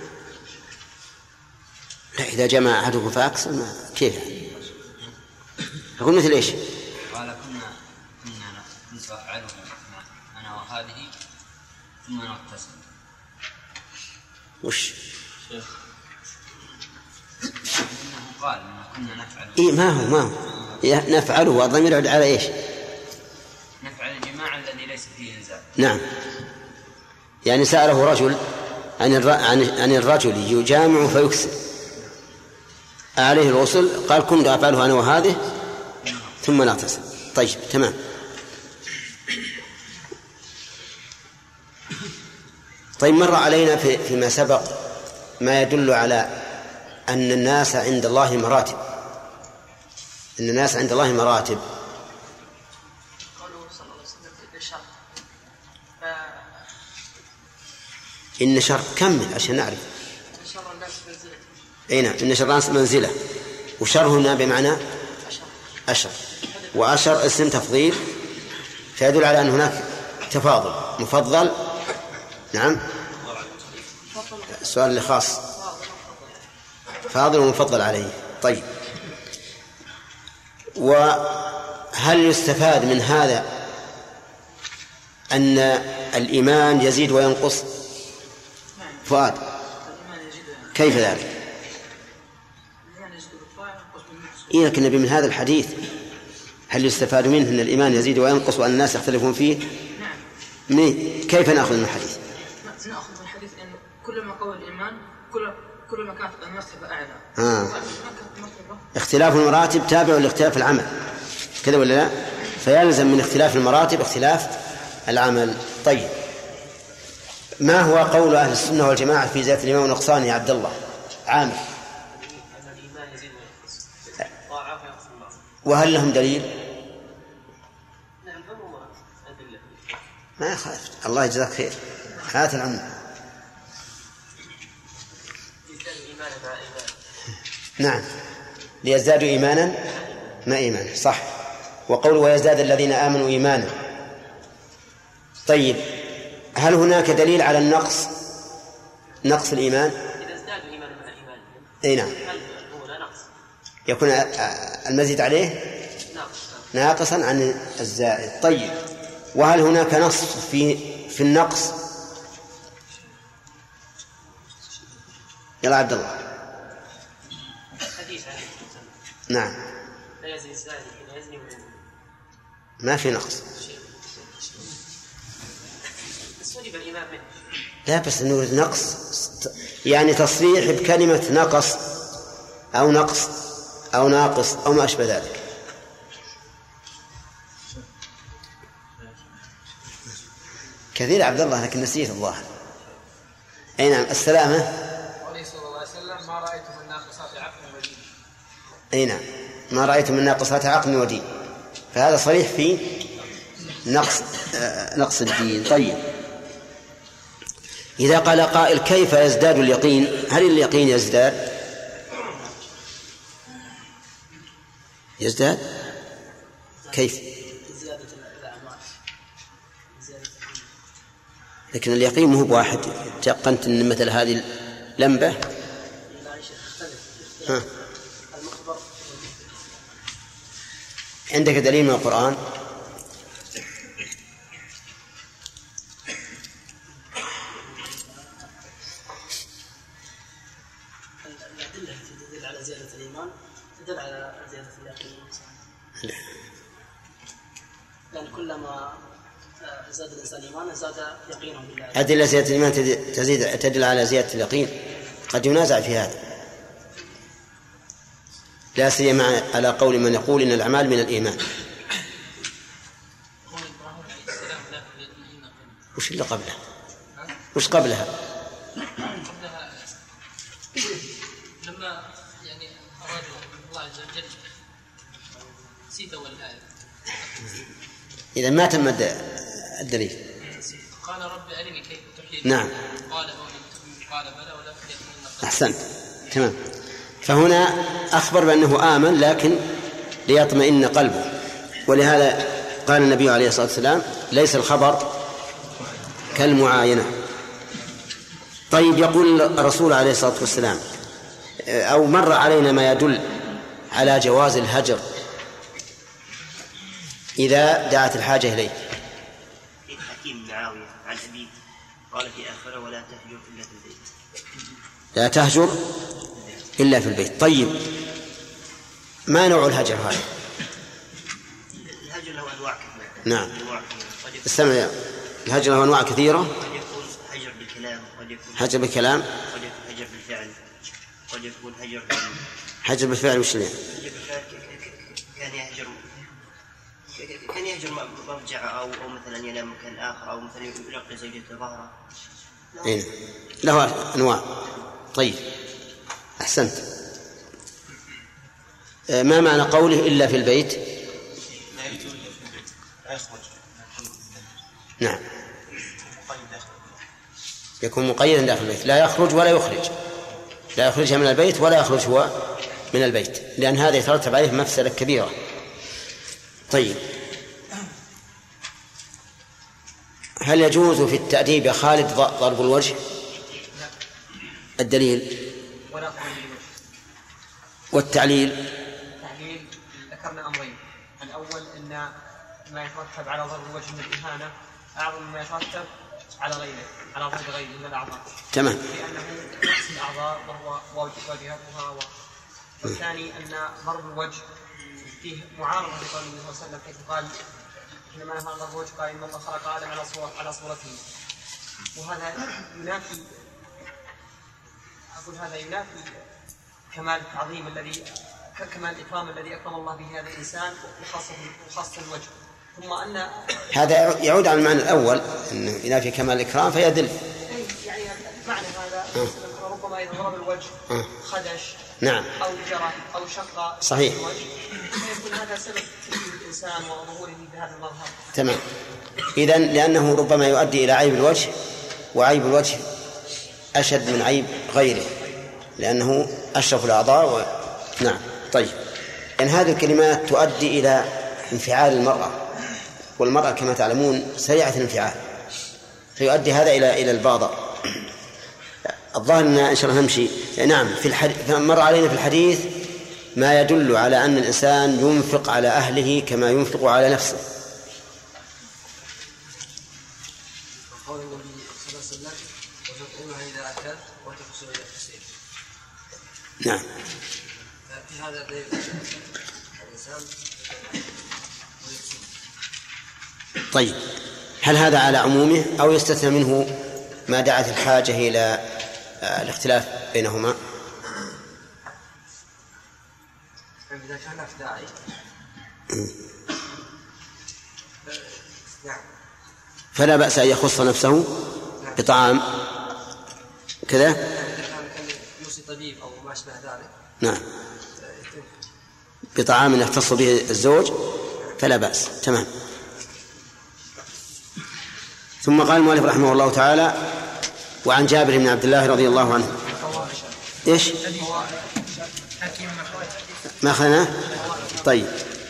لا، إذا جمع أحدكم فأكثر ما كيف يعني؟ أقول مثل إيش؟ قال كنا كنا نفعله أنا وهذه ثم نغتسل. وش؟ إنه قال إنه كنا نفعله. إيه، ما هو ما هو نفعله، والضمير يعود على إيش؟ نفعل الجماع الذي ليس فيه إنزال. نعم، يعني سأله رجل عن عن الرجل يجامع فيكسر عليه الغسل، قال كنت أفعله أنا وهذه ثم نغتسل. طيب، تمام. طيب، مر علينا في فيما سبق ما يدل على أن الناس عند الله مراتب. أن الناس عند الله مراتب. قوله صلى الله عليه وسلم بالشر. إن شر، كمل عشان نعرف. شر الناس منزلة. أي نعم، إن شر الناس منزلة، وشر هنا بمعنى أشر، وأشر اسم تفضيل، فيدل على أن هناك تفاضل، مفضل نعم السؤال اللي خاص فاضل ومفضل عليه. طيب، وهل يستفاد من هذا أن الإيمان يزيد وينقص؟ فؤاد، كيف ذلك؟ إيه، لكن نبي من هذا الحديث هل يستفاد منه أن الإيمان يزيد وينقص وأن الناس يختلفون فيه؟ نعم. كيف نأخذ من الحديث؟ نأخذ من الحديث أن كلما قوى الإيمان كل كلما كانت المرتبة أعلى. آه. اختلاف المراتب تابع لاختلاف العمل، كذا ولا لا؟ فيلزم من اختلاف المراتب اختلاف العمل. طيب، ما هو قول أهل السنة والجماعة في زيادة الإيمان ونقصانه يا عبد الله عامر؟ وهل لهم دليل؟ ما يخالف. الله يجزاك خير. هات العمل. نعم، ليزدادوا إيمانا ما إيمانا، صح. وقول ويزداد الذين آمنوا إيمانا. طيب، هل هناك دليل على النقص، نقص الإيمان؟ إذا ازدادوا إيمانا مع إيمان. أي نعم، يكون المزيد عليه ناقصا عن الزائد. طيب، وهل هناك نص في في النقص؟ يلا عبد الله. نعم، ما في نقص. لا، بس انه نقص يعني تصريح بكلمة نقص أو نقص أو ناقص أو ما أشبه ذلك. كثير عبد الله، لكن نسيت الظاهر. أي نعم، السلامة. عليه صلى الله عليه وسلم ما رأيت من ناقصات عقل ودين. أي نعم، ما رأيت من ناقصات عقل ودين، فهذا صريح في نقص آه نقص الدين. طيب، إذا قال قائل كيف يزداد اليقين؟ هل اليقين يزداد؟ يزداد كيف؟ لكن اليقين مو بواحد. تيقنت أن مثل هذه اللمبة ها. عندك دليل من القرآن؟ الأدلة التي تدل على زيادة الإيمان تدل على زيادة اليقين. لأن كلما زاد الإنسان إيمانا زاد يقينا بالله. أدلة زيادة الإيمان تزيد تدل على زيادة اليقين، قد ينازع في هذا، لا سيما على قول من يقول إن الأعمال من الإيمان. وش اللي قبلها؟ وش قبلها؟ لما يعني أراد الله عز وجل نسيت أول آية. إذا ما تم الدليل. قال رب أرني كيف تحيي. نعم. قال قال بلى ولكن يطمئن. أحسنت، تمام. فهنا أخبر بأنه آمن لكن ليطمئن قلبه، ولهذا قال النبي عليه الصلاة والسلام ليس الخبر كالمعاينة. طيب، يقول الرسول عليه الصلاة والسلام أو مر علينا ما يدل على جواز الهجر إذا دعت الحاجة إليه. في حكيم معاوية عن أبيه قال في آخره ولا تهجر إلا في البيت. لا تهجر إلا في البيت. طيب، ما نوع الهجر هذا؟ الهجر له أنواع كثيرة. نعم، استمع. الهجر له أنواع كثيرة. قد يكون هجر بالكلام، قد يكون هجر بالكلام، قد يكون هجر بالفعل، قد يكون هجر هجر بالفعل. وش اللي كان يهجر كان يهجر مرجع أو أو مثلا ينام مكان آخر أو مثلا يلقي زوجته ظهره. إيه؟ له أنواع. طيب، أحسنت. ما معنى قوله إلا في البيت؟ نعم، يكون مقيدا داخل البيت، لا يخرج ولا يخرج، لا يخرجها من البيت ولا يخرج هو من البيت، لأن هذا يترتب عليه مفسدة كبيرة. طيب، هل يجوز في التأديب يا خالد ضرب الوجه؟ الدليل ولا قول بالوجه. والتعليل التعليل ذكرنا أمرين، الأول أن ما يترتب على ضرب الوجه من الإهانة أعظم مما يترتب على غيره، على ضرب غيره من الأعضاء. تمام. لأنه نفس الأعضاء وهو وجهتها. والثاني أن ضرب الوجه فيه معارضة لقول النبي صلى الله عليه وسلم حيث قال حينما نهى ضرب الوجه قال إن الله خلق آدم على صورة على صورته، وهذا ينافي أقول هذا ينافي كمال التعظيم الذي كمال الإكرام الذي أكرم الله به هذا الإنسان وخاصة وخاصة الوجه. ثم أن هذا يعود على المعنى الأول أنه ينافي كمال الإكرام فيدل يعني معنى هذا أه. ربما إذا ضرب الوجه أه. خدش نعم أو جرح أو شق صحيح الوجه فيكون هذا سبب تجديد الإنسان وظهوره بهذا المظهر. تمام. إذن لأنه ربما يؤدي إلى عيب الوجه، وعيب الوجه أشد من عيب غيره لأنه أشرف الأعضاء و... نعم. طيب، إن هذه الكلمات تؤدي إلى انفعال المرأة، والمرأة كما تعلمون سريعة الانفعال، فيؤدي هذا إلى إلى الباضة. الظاهر أن إن شاء الله نمشي. نعم. في الحديث مر علينا في الحديث ما يدل على أن الإنسان ينفق على أهله كما ينفق على نفسه. قول النبي صلى الله عليه وسلم وتطعمها إذا أكلت وتكسر إذا كسيت. نعم. في هذا دليل الإنسان. طيب، هل هذا على عمومه أو يستثنى منه ما دعت الحاجة إلى الاختلاف بينهما؟ إذا كان في داعي نعم فلا بأس أن يخص نفسه بطعام كذا. إذا كان يوصي طبيب أو ما أشبه ذلك نعم بطعام يختص به الزوج فلا بأس. تمام. ثم قال المؤلف رحمه الله تعالى: وعن جابر بن عبد الله رضي الله عنه. إيش ما أخذناه؟ طيب.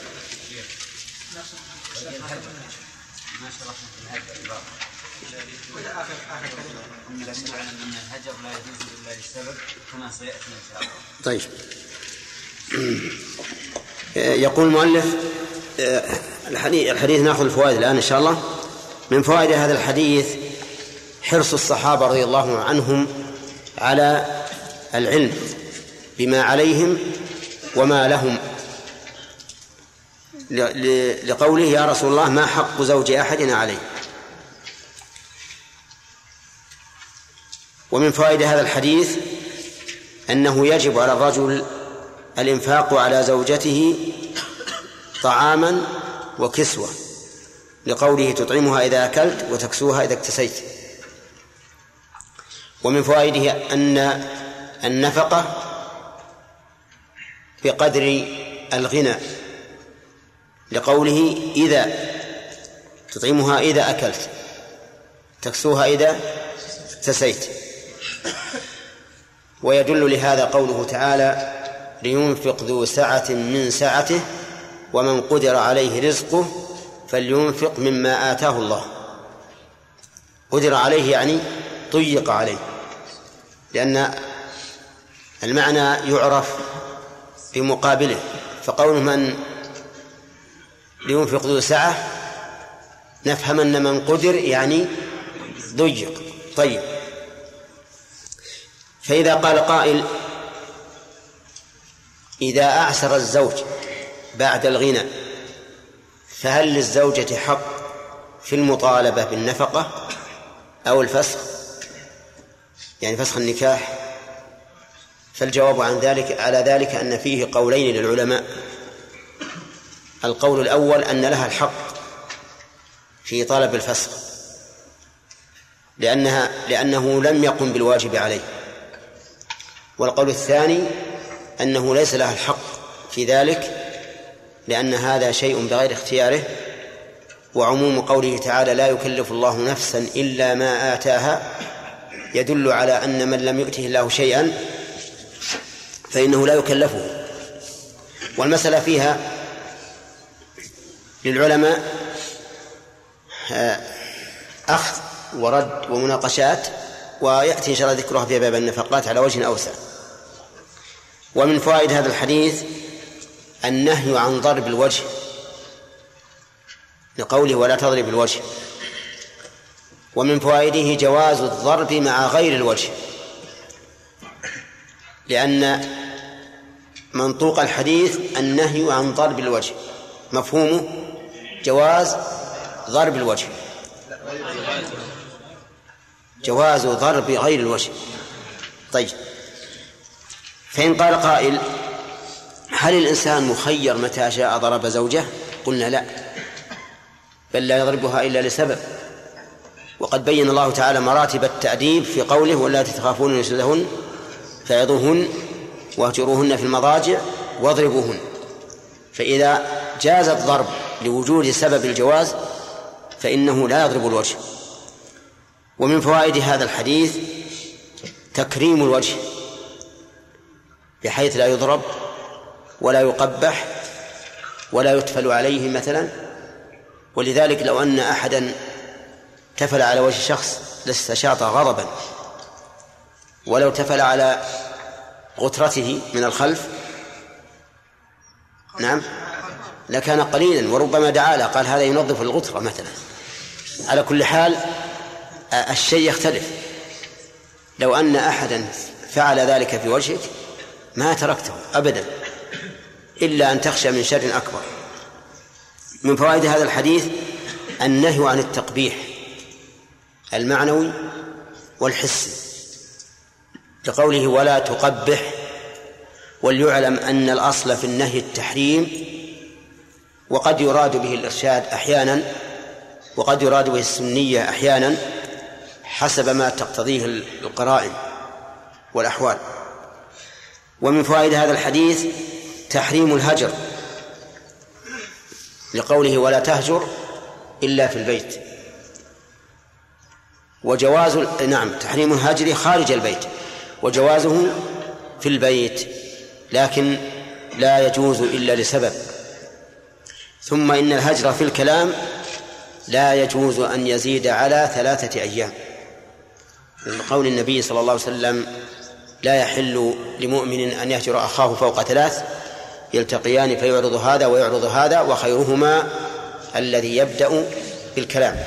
طيب. يقول المؤلف الحديث نأخذ الفوائد الآن إن شاء الله. من فوائد هذا الحديث حرص الصحابة رضي الله عنهم على العلم بما عليهم وما لهم، لقوله: يا رسول الله ما حق زوج أحدنا عليه. ومن فوائد هذا الحديث أنه يجب على الرجل الإنفاق على زوجته طعاما وكسوة، لقوله: تطعمها إذا أكلت وتكسوها إذا اكتسيت. ومن فوائده أن النفقة بقدر الغنى، لقوله: إذا تطعمها إذا أكلت تكسوها إذا اكتسيت. ويدل لهذا قوله تعالى: لينفق ذو سعة من سعته ومن قدر عليه رزقه فلينفق مما آتاه الله. قدر عليه يعني ضيق عليه، لأن المعنى يعرف بمقابله، فقول من لينفق ذو سعة نفهم أن من قدر يعني ضيق. طيب، فإذا قال قائل: إذا أعسر الزوج بعد الغنى فهل للزوجة حق في المطالبة بالنفقة أو الفسخ، يعني فسخ النكاح؟ فالجواب عن ذلك على ذلك أن فيه قولين للعلماء. القول الأول أن لها الحق في طلب الفسخ، لأنها لأنه لم يقم بالواجب عليه. والقول الثاني أنه ليس لها الحق في ذلك، لأن هذا شيء بغير اختياره، وعموم قوله تعالى: لا يكلف الله نفسا إلا ما آتاها، يدل على أن من لم يؤته الله شيئا فإنه لا يكلفه. والمسألة فيها للعلماء أخذ ورد ومناقشات ويأتي إن شاء الله ذكرها في باب النفقات على وجه أوسع. ومن فوائد هذا الحديث النهي عن ضرب الوجه لقوله ولا تضرب الوجه. ومن فوائده جواز الضرب مع غير الوجه، لأن منطوق الحديث النهي عن ضرب الوجه، مفهومه جواز ضرب الوجه، جواز ضرب غير الوجه. طيب، فإن قال قائل هل الإنسان مخير متى شاء ضرب زوجه؟ قلنا لا، بل لا يضربها إلا لسبب. وقد بين الله تعالى مراتب التأديب في قوله واللاتي تخافون نشوزهن فعظوهن واهجروهن في المضاجع واضربوهن. فإذا جاز الضرب لوجود سبب الجواز فإنه لا يضرب الوجه. ومن فوائد هذا الحديث تكريم الوجه بحيث لا يضرب ولا يقبح ولا يتفل عليه مثلا. ولذلك لو أن أحدا تفل على وجه شخص لاستشاط غضبا، ولو تفل على غترته من الخلف نعم لكان قليلا، وربما دعا له قال هذا ينظف الغترة مثلا. على كل حال الشيء يختلف. لو أن أحدا فعل ذلك في وجهك ما تركته أبدا إلا أن تخشى من شر أكبر. من فوائد هذا الحديث النهي عن التقبيح المعنوي والحسي لقوله ولا تقبح. وليعلم أن الأصل في النهي التحريم، وقد يراد به الإرشاد أحيانا وقد يراد به السنية أحيانا حسب ما تقتضيه القرائن والأحوال. ومن فوائد هذا الحديث تحريم الهجر لقوله ولا تهجر إلا في البيت، وجواز نعم تحريم الهجر خارج البيت وجوازه في البيت، لكن لا يجوز إلا لسبب. ثم إن الهجر في الكلام لا يجوز أن يزيد على ثلاثة أيام، من قول النبي صلى الله عليه وسلم لا يحل لمؤمن أن يهجر أخاه فوق ثلاث يلتقيان فيعرض هذا ويعرض هذا وخيرهما الذي يبدأ بالكلام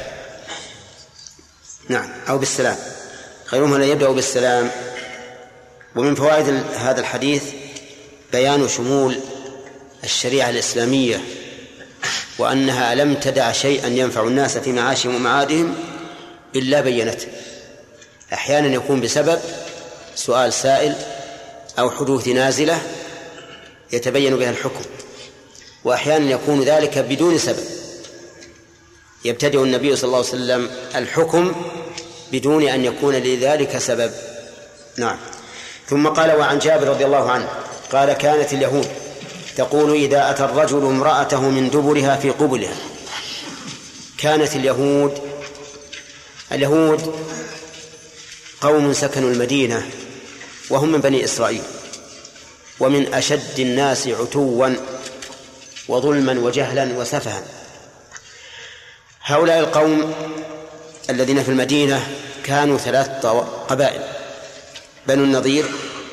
نعم أو بالسلام، خيرهما الذي يبدأ بالسلام. ومن فوائد هذا الحديث بيان شمول الشريعة الإسلامية، وأنها لم تدع شيئا ينفع الناس في معاشهم ومعادهم إلا بينته. أحيانا يكون بسبب سؤال سائل أو حدوث نازلة يتبين بها الحكم، وأحيانا يكون ذلك بدون سبب يبتدئ النبي صلى الله عليه وسلم الحكم بدون أن يكون لذلك سبب. نعم. ثم قال وعن جابر رضي الله عنه قال كانت اليهود تقول إذا أتى الرجل امرأته من دبرها في قبلها. كانت اليهود اليهود قوم سكنوا المدينة وهم من بني إسرائيل، ومن أشد الناس عتوا وظلما وجهلا وسفها. هؤلاء القوم الذين في المدينة كانوا ثلاث قبائل: بنو النضير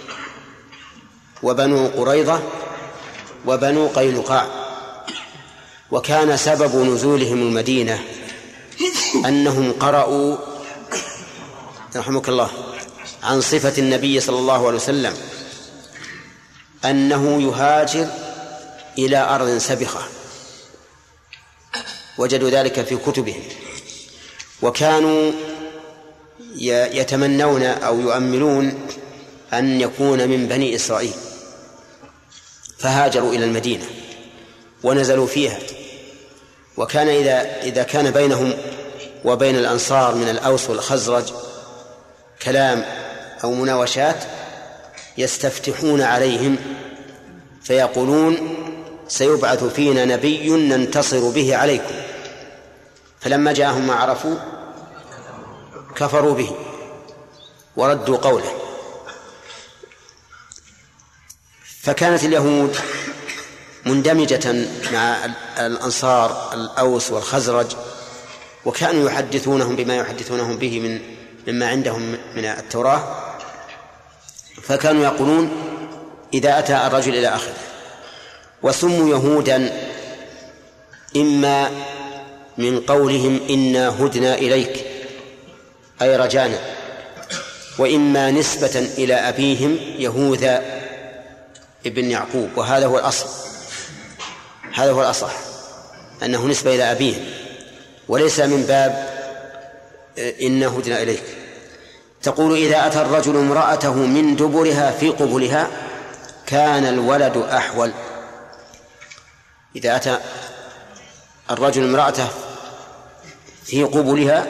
وبنو قريظة وبنو قينقاع. وكان سبب نزولهم المدينة أنهم قرأوا رحمك الله عن صفة النبي صلى الله عليه وسلم أنه يهاجر إلى أرض سبخة، وجدوا ذلك في كتبهم، وكانوا يتمنون أو يؤملون أن يكون من بني إسرائيل، فهاجروا إلى المدينة ونزلوا فيها. وكان إذا إذا كان بينهم وبين الأنصار من الأوس والخزرج كلام أو مناوشات يستفتحون عليهم فيقولون سيبعث فينا نبي ننتصر به عليكم، فلما جاءهم ما عرفوا كفروا به وردوا قوله. فكانت اليهود مندمجة مع الأنصار الأوس والخزرج، وكانوا يحدثونهم بما يحدثونهم به من مما عندهم من التوراة، فكانوا يقولون إذا أتى الرجل إلى آخره. وسموا يهودا إما من قولهم إنا هدنا إليك أي رجانا، وإما نسبة إلى أبيهم يهوذا ابن يعقوب، وهذا هو الأصل، هذا هو الأصح أنه نسبة إلى أبيهم وليس من باب إنا هدنا إليك. تقول إذا أتى الرجل امرأته من دبرها في قبلها كان الولد أحول. إذا أتى الرجل امرأته في قبلها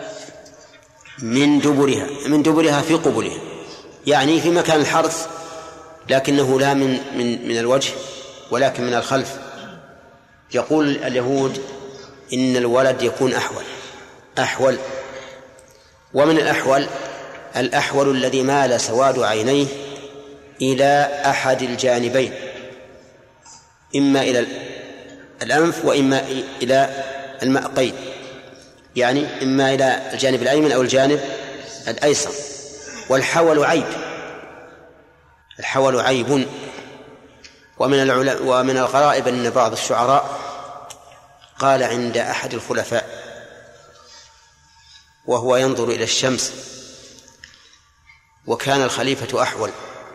من دبرها من دبرها في قبلها، يعني في مكان الحرث، لكنه لا من من من الوجه ولكن من الخلف. يقول اليهود إن الولد يكون أحول أحول ومن الأحول الأحول الذي مال سواد عينيه إلى أحد الجانبين، إما إلى الأنف وإما إلى المأقين، يعني إما إلى الجانب الأيمن أو الجانب الأيسر. والحول عيب، الحول عيب. ومن العلماء ومن الغرائب أن بعض الشعراء قال عند أحد الخلفاء وهو ينظر إلى الشمس وكان الخليفة أحول،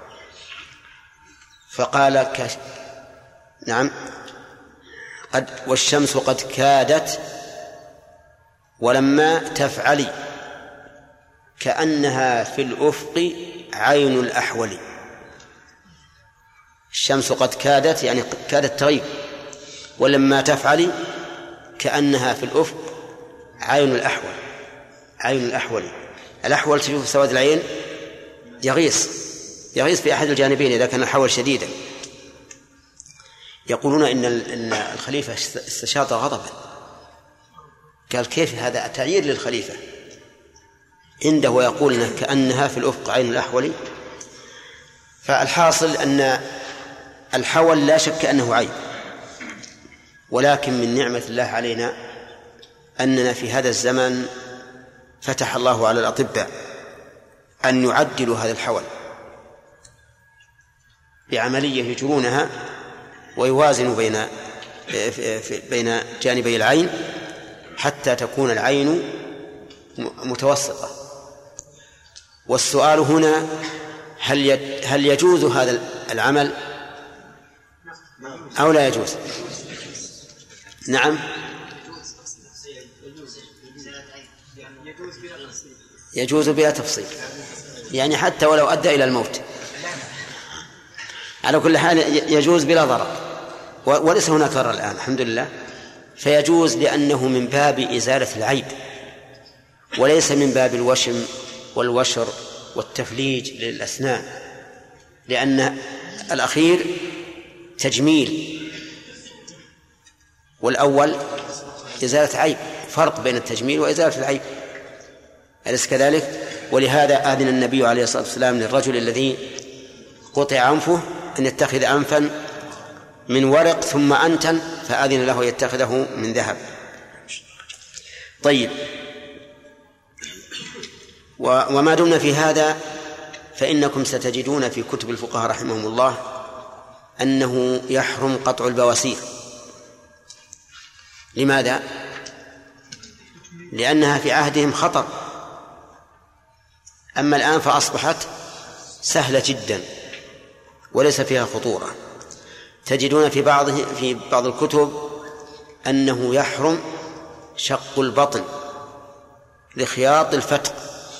فقال ك... نعم قد والشمس قد كادت ولما تفعلي كأنها في الأفق عين الأحول. الشمس قد كادت يعني كادت تغيب، ولما تفعلي كأنها في الأفق عين الأحول عين الأحول. الأحول تشوف سواد العين يغيص يغيص في أحد الجانبين إذا كان الحول شديدا. يقولون إن الخليفة استشاط غضبا، قال كيف هذا تعيير للخليفة عنده ويقول إن كأنها في الأفق عين الأحول. فالحاصل أن الحول لا شك أنه عيب، ولكن من نعمة الله علينا أننا في هذا الزمن فتح الله على الأطباء أن يعدلوا هذا الحول بعملية يجرونها ويوازنوا بين بين جانبي العين حتى تكون العين متوسطة. والسؤال هنا هل هل يجوز هذا العمل أو لا يجوز؟ نعم يجوز بلا تفصيل، يعني حتى ولو أدى إلى الموت على كل حال يجوز بلا ضرر، وليس هناك ضرر الآن الحمد لله. فيجوز لأنه من باب إزالة العيب وليس من باب الوشم والوشر والتفليج للأسنان، لأن الأخير تجميل والأول إزالة عيب، فرق بين التجميل وإزالة العيب، أليس كذلك؟ ولهذا آذن النبي عليه الصلاة والسلام للرجل الذي قطع أنفه أن يتخذ أنفا من ورق ثم أنتن، فآذن له يتخذه من ذهب. طيب، وما دمنا في هذا فإنكم ستجدون في كتب الفقهاء رحمهم الله أنه يحرم قطع البواسير. لماذا؟ لأنها في عهدهم خطر، أما الآن فأصبحت سهلة جدا وليس فيها خطورة. تجدون في بعض في بعض الكتب أنه يحرم شق البطن لخياط الفتق.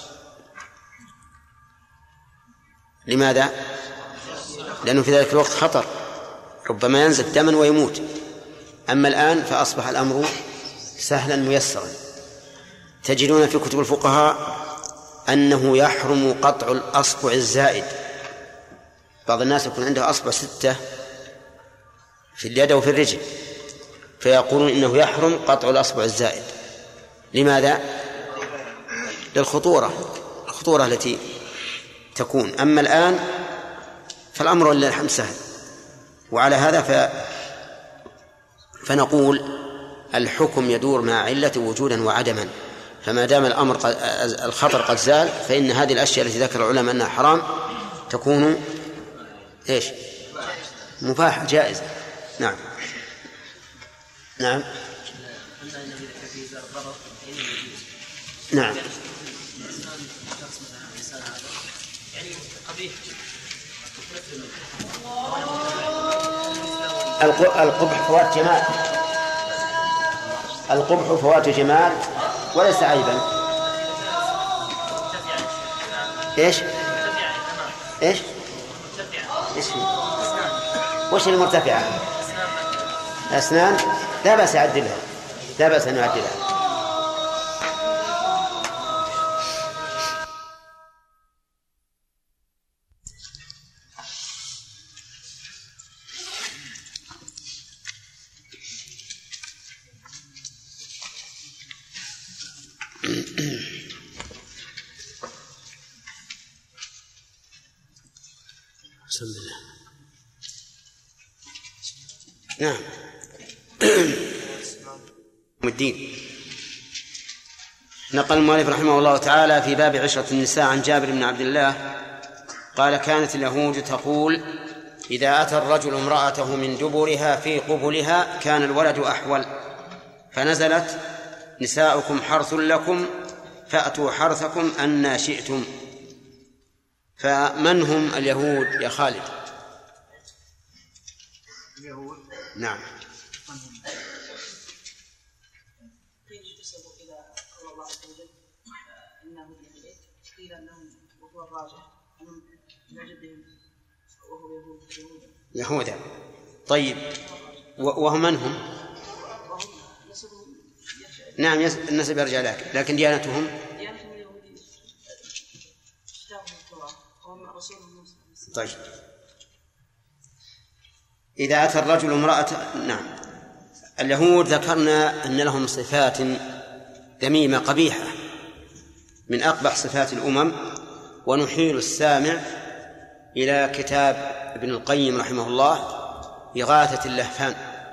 لماذا؟ لأنه في ذلك الوقت خطر، ربما ينزف دما ويموت. أما الآن فأصبح الأمر سهلا ميسرا. تجدون في كتب الفقهاء أنه يحرم قطع الأصبع الزائد. بعض الناس يكون عنده أصبع ستة في اليد وفي الرجل، فيقولون إنه يحرم قطع الأصبع الزائد. لماذا؟ للخطورة الخطورة التي تكون. أما الآن فالأمر لله الحمد سهل. وعلى هذا ف... فنقول الحكم يدور مع علة وجودا وعدما، فما دام الأمر قد الخطر قد زال فإن هذه الأشياء التي ذكر العلماء أنها حرام تكون إيش مباحة جائزة. نعم نعم نعم القبح فوات جمال، القبح فوات جمال وليس عيبا. ايش ايش ايش وش المرتفعة؟ أسنان لا بأس يعدلها، لا بأس أن يعدلها. بسم الله. نعم. الدين. نقل المؤلف رحمه الله تعالى في باب عشرة النساء عن جابر بن عبد الله قال: كانت اليهود تقول: إذا أتى الرجل امرأته من دبرها في قبلها كان الولد أحول، فنزلت: نساؤكم حرث لكم فأتوا حرثكم أن شئتم. فمن هم اليهود يا خالد؟ اليهود نعم. قيل انتسبوا الى قول الله عز وجل انهم اليك، قيل انهم وهو الراجح انهم من جدهم وهو يهود يهودا. طيب وهم من هم؟ نعم النسب يرجع لك، لكن ديانتهم ديانتهم اليهودية. كتابهم التوراة وهم رسولهم موسى. طيب إذا أتى الرجل امرأة، نعم، اليهود ذكرنا أن لهم صفات ذميمة قبيحة من أقبح صفات الأمم، ونحيل السامع إلى كتاب ابن القيم رحمه الله إغاثة اللهفان،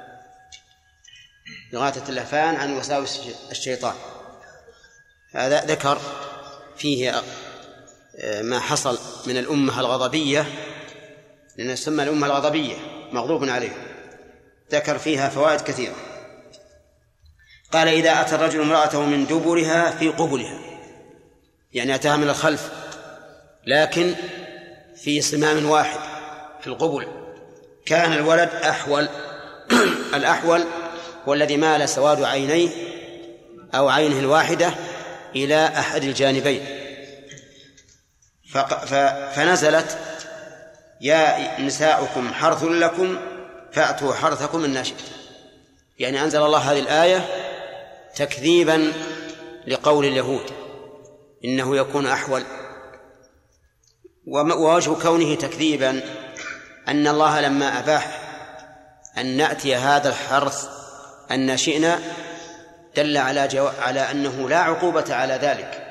إغاثة اللهفان عن وساوس الشيطان. هذا ذكر فيه ما حصل من الأمة الغضبية، لأن تسمى الأمة الغضبية مغضوب عليه، ذكر فيها فوائد كثيرة. قال: إذا أتى الرجل امرأته من دبرها في قبلها، يعني أتاها من الخلف لكن في صمام واحد في القبل، كان الولد أحول. الأحول هو الذي مال سواد عينيه أو عينه الواحدة إلى أحد الجانبين. فنزلت: يا نساؤكم حرث لكم فأتوا حرثكم أن شئتم. يعني أنزل الله هذه الآية تكذيبا لقول اليهود إنه يكون أحول، ووجه كونه تكذيبا أن الله لما أباح أن نأتي هذا الحرث أن شئنا دل على, جو... على أنه لا عقوبة على ذلك،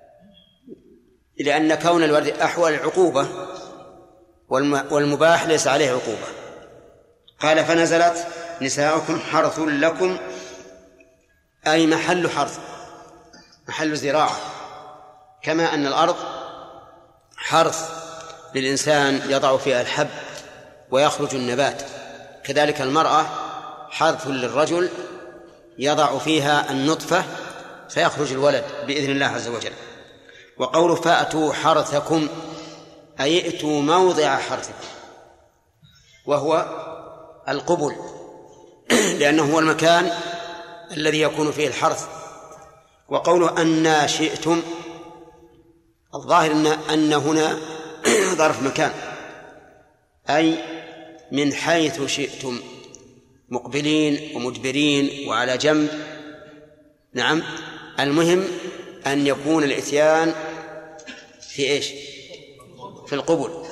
لأن كون الولد أحول عقوبة والمباح ليس عليه عقوبة. قال: فنزلت: نساؤكم حرث لكم، أي محل حرث، محل زراعة، كما أن الأرض حرث للإنسان يضع فيها الحب ويخرج النبات، كذلك المرأة حرث للرجل يضع فيها النطفة فيخرج الولد بإذن الله عز وجل. وقول فأتوا حرثكم أي ائتوا موضع حرثكم، وهو القبل، لأنه هو المكان الذي يكون فيه الحرث. وقوله أن شئتم، الظاهر أن, أن هنا ظرف مكان، أي من حيث شئتم، مقبلين ومدبرين وعلى جنب. نعم، المهم أن يكون الإتيان في إيش؟ في القبول.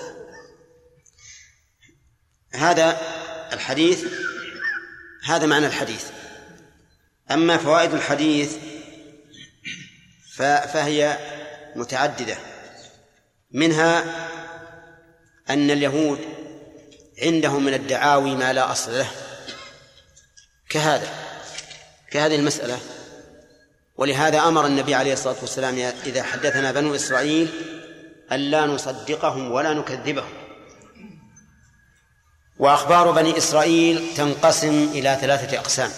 هذا الحديث، هذا معنى الحديث. أما فوائد الحديث فهي متعددة، منها أن اليهود عندهم من الدعاوي ما لا أصل له، كهذا كهذه المسألة: ولهذا أمر النبي عليه الصلاة والسلام إذا حدثنا بنو إسرائيل ألا نصدقهم ولا نكذبهم. وأخبار بني إسرائيل تنقسم إلى ثلاثة أقسام.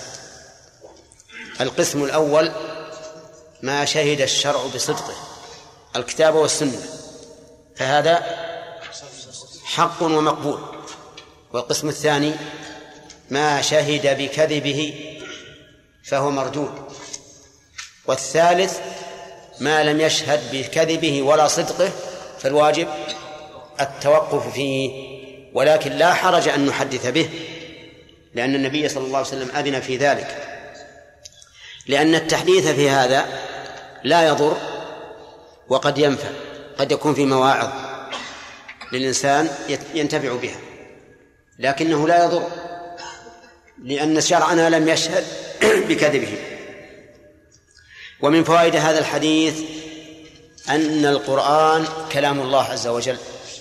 القسم الأول ما شهد الشرع بصدقه، الكتاب والسنة، فهذا حق ومقبول. والقسم الثاني ما شهد بكذبه فهو مردود. والثالث ما لم يشهد بكذبه ولا صدقه فالواجب التوقف فيه، ولكن لا حرج أن نحدث به لأن النبي صلى الله عليه وسلم أذن في ذلك، لأن التحديث في هذا لا يضر وقد ينفع، قد يكون في مواعظ للإنسان ينتفع بها، لكنه لا يضر لأن شرعنا لم يشهد بكذبه. ومن فوائد هذا الحديث أن القرآن كلام الله عز وجل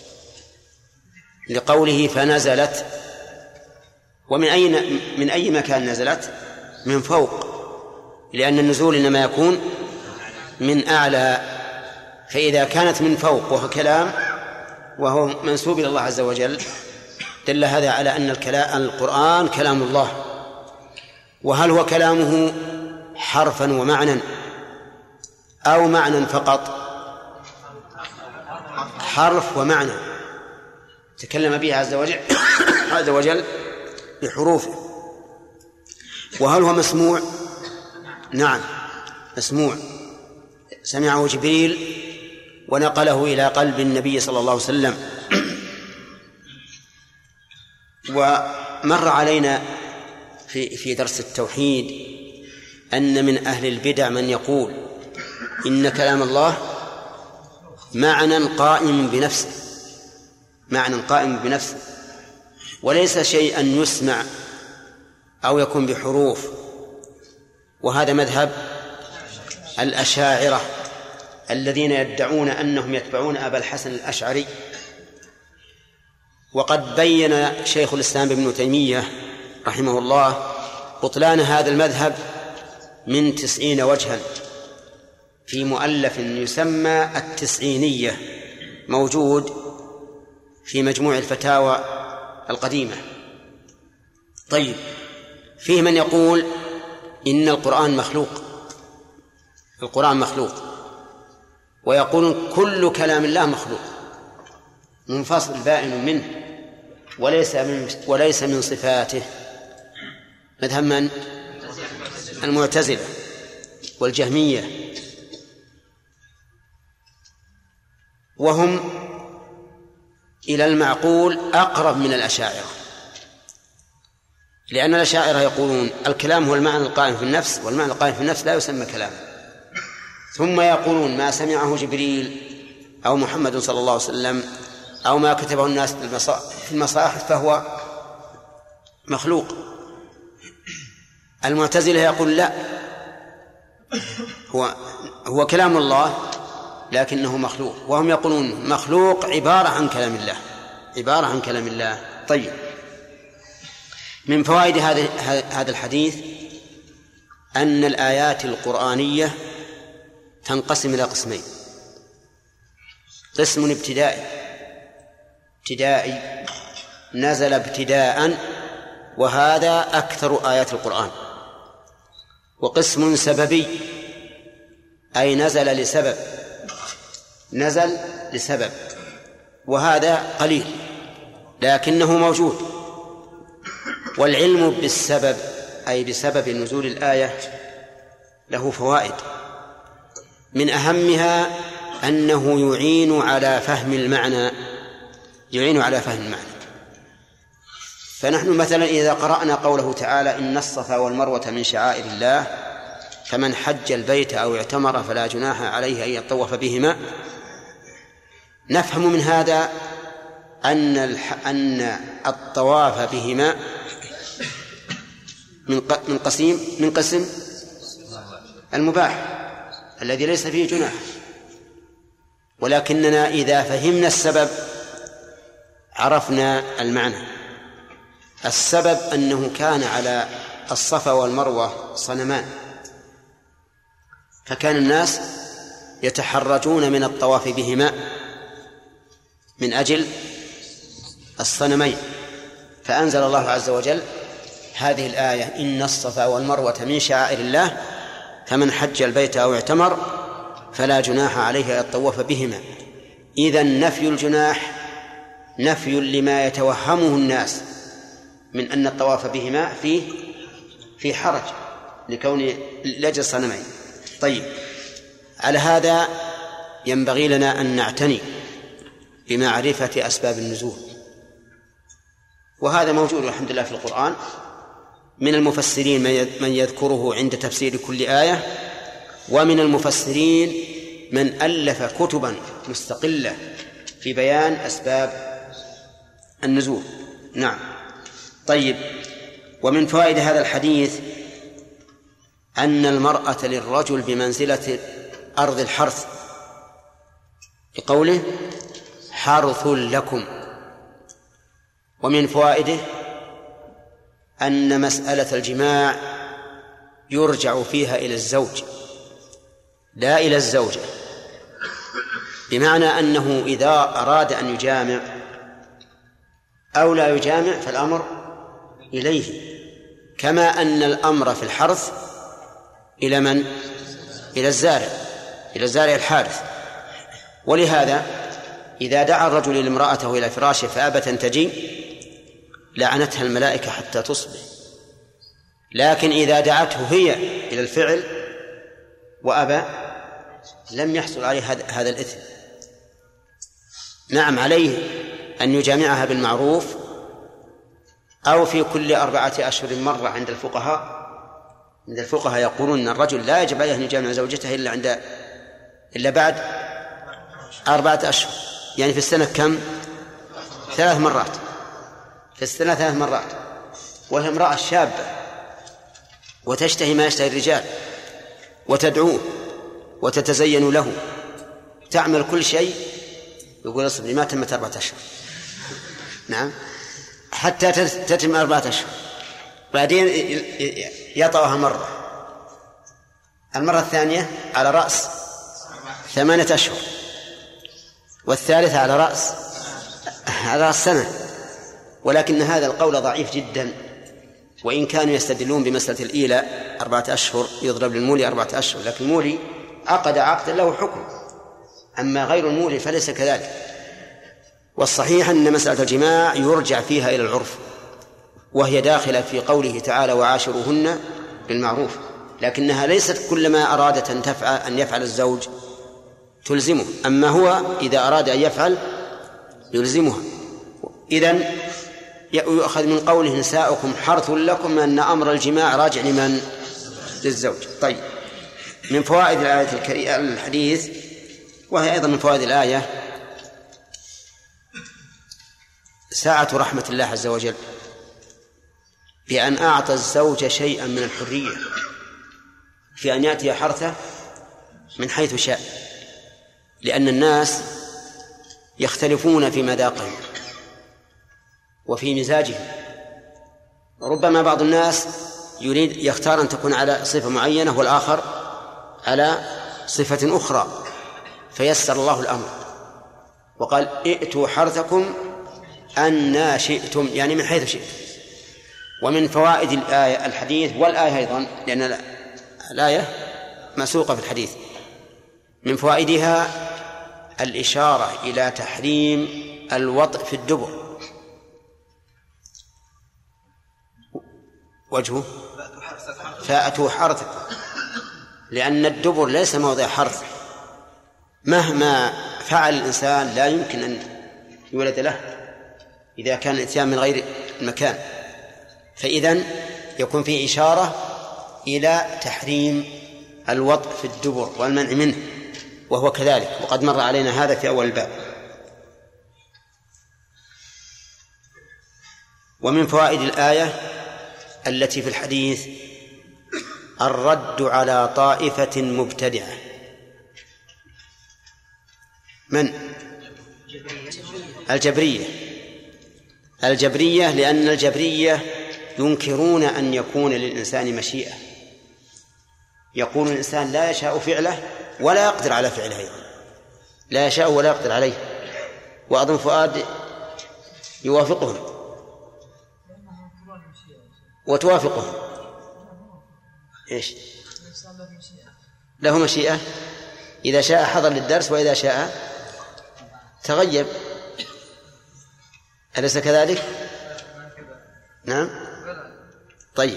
لقوله فنزلت. ومن أي من أي مكان نزلت؟ من فوق، لأن النزول إنما يكون من أعلى، فإذا كانت من فوق وهو كلام وهو منسوب إلى الله عز وجل دل هذا على أن القرآن كلام الله. وهل هو كلامه حرفا ومعنى أو معنى فقط؟ حرف ومعنى، تكلم به عز وجل عز وجل بحروفه. وهل هو مسموع؟ نعم مسموع، سمعه جبريل ونقله إلى قلب النبي صلى الله عليه وسلم. ومر علينا في في درس التوحيد أن من أهل البدع من يقول إن كلام الله معنى قائم بنفسه، معنى قائم بنفسه وليس شيئا يسمع أو يكون بحروف. وهذا مذهب الأشاعرة الذين يدعون أنهم يتبعون أبا الحسن الأشعري. وقد بين شيخ الإسلام ابن تيمية رحمه الله بطلان هذا المذهب من تسعين وجها في مؤلف يسمى التسعينية، موجود في مجموع الفتاوى القديمة. طيب، فيه من يقول إن القرآن مخلوق، القرآن مخلوق، ويقولون كل كلام الله مخلوق منفصل بائن منه وليس من وليس من صفاته. مذهب من؟ المعتزلة والجهمية، وهم إلى المعقول أقرب من الأشاعرة، لأن الأشاعرة يقولون الكلام هو المعنى القائم في النفس، والمعنى القائم في النفس لا يسمى كلاما. ثم يقولون ما سمعه جبريل أو محمد صلى الله عليه وسلم أو ما كتبه الناس في المصاحف فهو مخلوق. المعتزلة يقول لا، هو هو كلام الله لكنه مخلوق، وهم يقولون مخلوق عبارة عن كلام الله، عبارة عن كلام الله. طيب، من فوائد هذا هذا الحديث أن الآيات القرآنية تنقسم إلى قسمين: قسم ابتدائي ابتدائي نزل ابتداء وهذا أكثر آيات القرآن، وقسم سببي أي نزل لسبب نزل لسبب وهذا قليل لكنه موجود. والعلم بالسبب أي بسبب نزول الآية له فوائد، من أهمها أنه يعين على فهم المعنى يعين على فهم المعنى. فنحن مثلا إذا قرأنا قوله تعالى إن الصفا والمروة من شعائر الله فمن حج البيت أو اعتمر فلا جناح عليه أن يطوف بهما، نفهم من هذا أن أن الطواف بهما من قسم من قسم المباح الذي ليس فيه جناح. ولكننا إذا فهمنا السبب عرفنا المعنى. السبب أنه كان على الصفا والمروة صنمان، فكان الناس يتحرجون من الطواف بهما من أجل الصنمين، فأنزل الله عز وجل هذه الآية: إن الصفا والمروة من شعائر الله فمن حج البيت أو اعتمر فلا جناح عليه أن يطوف بهما. إذن نفي الجناح نفي لما يتوهمه الناس من أن الطواف بهما فيه في حرج لكون لأجل الصنمين. طيب، على هذا ينبغي لنا أن نعتني بمعرفة أسباب النزول، وهذا موجود الحمد لله في القرآن. من المفسرين من يذكره عند تفسير كل آية، ومن المفسرين من ألف كتبا مستقلة في بيان أسباب النزول. نعم. طيب، ومن فوائد هذا الحديث أن المرأة للرجل بمنزلة أرض الحرث، بقوله حرث لكم. ومن فوائده أن مسألة الجماع يرجع فيها إلى الزوج لا إلى الزوجة، بمعنى أنه إذا أراد أن يجامع أو لا يجامع فالأمر إليه، كما أن الأمر في الحرث إلى من؟ إلى الزارع، إلى الزارع الحارث. ولهذا إذا دعا الرجل لامرأته إلى فراشه فأبت أن تجي لعنتها الملائكة حتى تصبح، لكن إذا دعته هي إلى الفعل وأبى لم يحصل عليه هذا الإثم. نعم، عليه أن يجامعها بالمعروف أو في كل أربعة أشهر مرة. عند الفقهاء عند الفقهاء يقولون أن الرجل لا يجب عليه أن يجامع زوجته إلا عند إلا بعد أربعة أشهر، يعني في السنة كم؟ ثلاث مرات في السنة ثلاث مرات وهي امرأة شابة وتشتهي ما يشتهي الرجال وتدعوه وتتزين له، تعمل كل شيء، يقول اصبري ما تمت أربعة أشهر. نعم، حتى تتم أربعة أشهر، بعدين يطأها مرة، المرة الثانية على رأس ثمانية أشهر، والثالثة على رأس على رأس سنة. ولكن هذا القول ضعيف جدا، وإن كانوا يستدلون بمسألة الإيلاء أربعة أشهر يضرب للمولي أربعة أشهر، لكن المولي عقد عقد له حكم، أما غير المولي فليس كذلك. والصحيح أن مسألة الجماع يرجع فيها إلى العرف، وهي داخلة في قوله تعالى وعاشروهن بالمعروف، لكنها ليست كلما أرادت أن تفعل أن يفعل الزوج تلزمه، أما هو إذا أراد أن يفعل يلزمها. إذن يؤخذ من قوله نساؤكم حرث لكم أن أمر الجماع راجع لمن؟ للزوج. طيب، من فوائد الآية الكريمة الحديث، وهي أيضا من فوائد الآية، ساعة رحمة الله عز وجل بأن أعطى الزوج شيئا من الحرية في أن يأتي حرثه من حيث شاء، لأن الناس يختلفون في مذاقهم وفي مزاجهم. ربما بعض الناس يريد يختار أن تكون على صفة معينة والآخر على صفة أخرى، فيسر الله الأمر وقال ائتوا حرثكم أن شئتم، يعني من حيث شئتم. ومن فوائد الآية الحديث والآية أيضا، لأن الآية مسوقة في الحديث، من فوائدها الإشارة إلى تحريم الوطء في الدبر. وجهه فأتوا حرثكم، لأن الدبر ليس موضع حرث، مهما فعل الإنسان لا يمكن أن يولد له إذا كان الإتيان من غير المكان، فإذن يكون فيه إشارة إلى تحريم الوطء في الدبر والمنع منه، وهو كذلك، وقد مر علينا هذا في أول الباب. ومن فوائد الآية التي في الحديث الرد على طائفة مبتدعة. من؟ الجبرية. الجبرية لأن الجبرية ينكرون أن يكون للإنسان مشيئة، يقول الإنسان لا يشاء فعله ولا يقدر على فعله أيضا، لا يشاء ولا يقدر عليه. وأظن فؤاد يوافقهم وتوافقهم. إيش؟ له مشيئة، إذا شاء حضر للدرس وإذا شاء تغيب، أليس كذلك؟ نعم. طيب،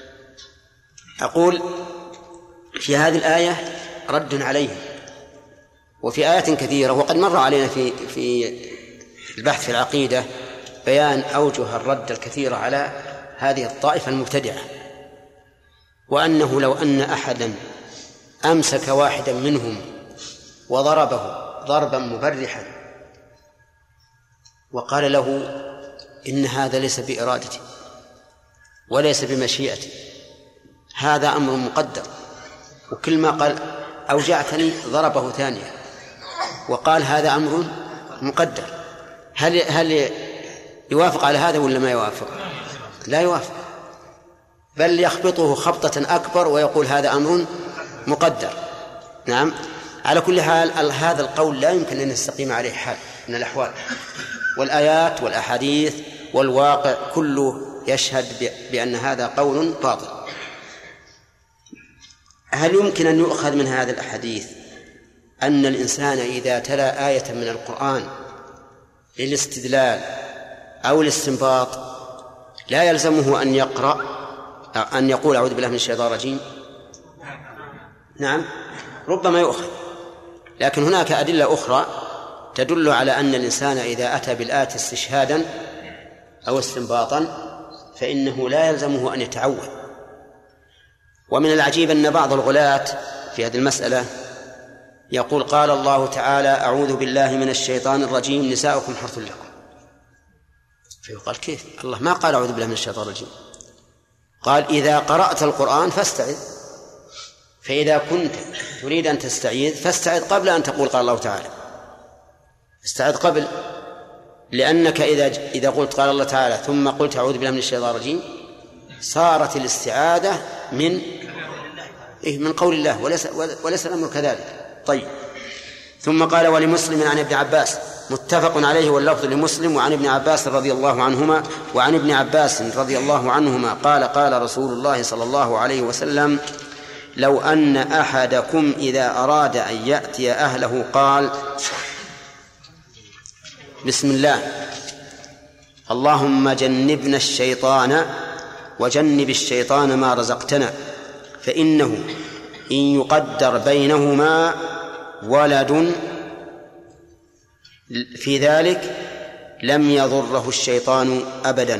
أقول في هذه الآية رد عليه، وفي آيات كثيرة، وقد مر علينا في في البحث في العقيدة بيان أوجه الرد الكثيرة على هذه الطائفة المبتدعة، وأنه لو أن أحدا أمسك واحدا منهم وضربه ضربا مبرحا وقال له إن هذا ليس بإرادتي وليس بمشيئتي، هذا أمر مقدر، وكل ما قال أوجعتني ضربه ثانية وقال هذا أمر مقدر، هل هل يوافق على هذا ولا ما يوافق؟ لا يوافق، بل يخبطه خبطة أكبر ويقول هذا أمر مقدر. نعم. على كل حال هذا القول لا يمكن أن يستقيم عليه حال من الأحوال، والآيات والأحاديث والواقع كله يشهد بأن هذا قول باطل. هل يمكن أن يؤخذ من هذا الأحاديث أن الإنسان إذا تلا آية من القرآن للاستدلال أو الاستنباط لا يلزمه أن يقرأ أن يقول أعوذ بالله من الشيطان الرجيم؟ نعم، ربما يؤخذ، لكن هناك أدلة أخرى تدل على أن الإنسان إذا أتى بالآية استشهادا أو استنباطا فإنه لا يلزمه أن يتعوذ. ومن العجيب أن بعض الغلاة في هذه المسألة يقول قال الله تعالى أعوذ بالله من الشيطان الرجيم نساؤكم حرث لكم، فيقال كيف؟ الله ما قال أعوذ بالله من الشيطان الرجيم، قال إذا قرأت القرآن فاستعذ، فإذا كنت تريد أن تستعيذ فاستعذ قبل أن تقول قال الله تعالى، استعذ قبل، لأنك إذا إذا قلت قال الله تعالى ثم قلت أعوذ بالله من الشيطان الرجيم صارت الاستعاذة من إيه من قول الله، وليس وليس الأمر كذلك. طيب، ثم قال ولمسلم عن ابن عباس متفق عليه واللفظ لمسلم وعن ابن عباس رضي الله عنهما وعن ابن عباس رضي الله عنهما قال قال رسول الله صلى الله عليه وسلم لو أن أحدكم إذا أراد أن يأتي أهله قال بسم الله اللهم جنبنا الشيطان وجنب الشيطان ما رزقتنا فإنه إن يقدر بينهما ولد في ذلك لم يضره الشيطان أبدا.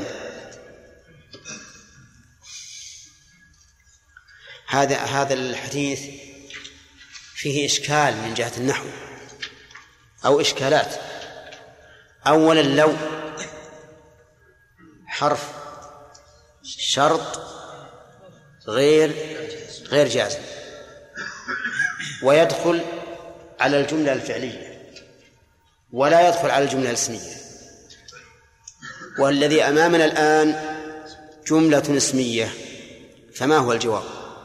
هذا هذا الحديث فيه إشكال من جهة النحو أو إشكالات. أولا لو حرف شرط غير غير جازم ويدخل على الجملة الفعلية ولا يدخل على الجملة الاسمية، والذي أمامنا الآن جملة اسمية، فما هو الجواب؟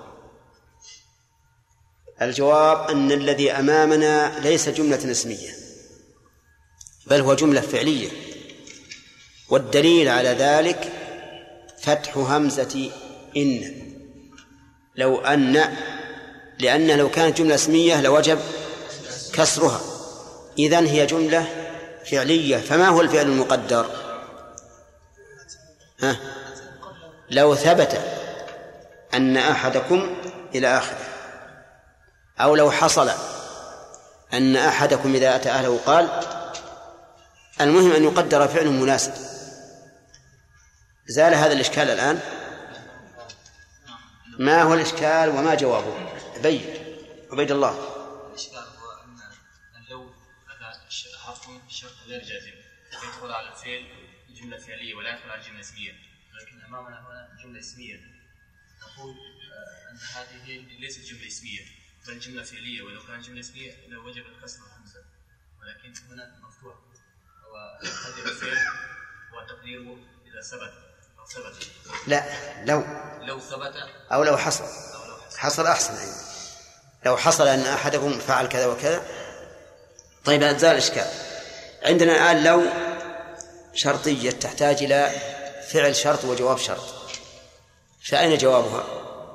الجواب أن الذي أمامنا ليس جملة اسمية بل هو جملة فعلية، والدليل على ذلك فتح همزة إن لو أن، لأن لو كانت جملة اسمية لوجب كسرها، إذن هي جملة فعلية. فما هو الفعل المقدر؟ ها؟ لو ثبت أن أحدكم إلى آخره، أو لو حصل أن أحدكم إذا أتى أهله قال، المهم أن يقدر فعل مناسب. زال هذا الإشكال الآن؟ ما هو الإشكال وما جوابه؟ بين عبيد الله. الإشكال هو أن لو هذا حرف شرط غير جازم يدخل على الفعل جملة فعلية ولا يدخل على الجملة اسمية، لكن أمامنا هنا جملة اسمية نقول أن هذه ليست جملة اسمية بل جملة فعلية، ولو كانت جملة اسمية لوجب الكسر والهمزة، ولكن هنا مفتوح وهذا الفعل وتقديره إذا ثبت أو ثبت. لا لو لو ثبت أو لو حصل. أو لو حصل. حصل أحسن يعني. لو حصل أن أحدكم فعل كذا وكذا. طيب هذا الإشكال عندنا الآن لو شرطية تحتاج إلى فعل شرط وجواب شرط، فأين جوابها؟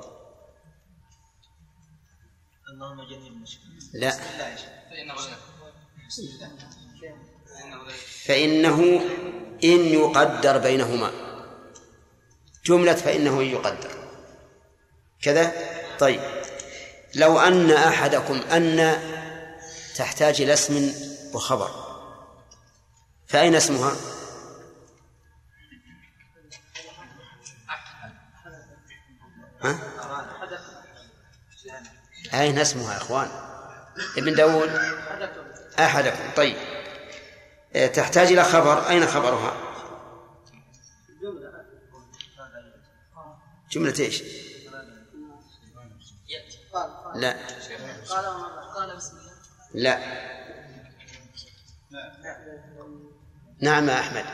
لا، فإنه إن يقدر بينهما، جملة فإنه إن يقدر كذا. طيب لو أن أحدكم أن تحتاج إلى اسم وخبر، فأين اسمها؟ ها؟ أين اسمها يا إخوان؟ ابن داود أحدكم. طيب تحتاج إلى خبر، أين خبرها؟ جملة إيش؟ لا لا نعم يا أحمد،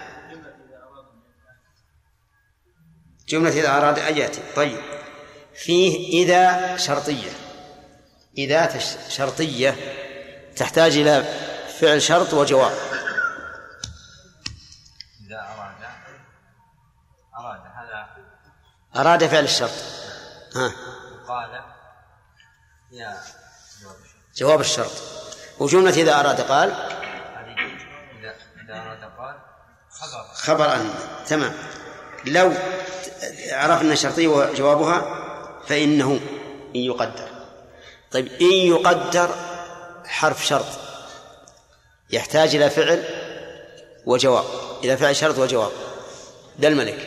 جملة إذا أراد أن يأتي. طيب فيه إذا شرطية، إذا شرطية تحتاج إلى فعل شرط وجواب. إذا أراد أراد هذا أراد فعل الشرط، ها قال يا جواب الشرط. وجملة إذا أراد قال، إذا إذا أراد قال خبر خبر أن. تمام. لو عرفنا شرطية وجوابها فإنه إن يقدر. طيب إن يقدر حرف شرط يحتاج إلى فعل وجواب، إلى فعل شرط وجواب. ده الملك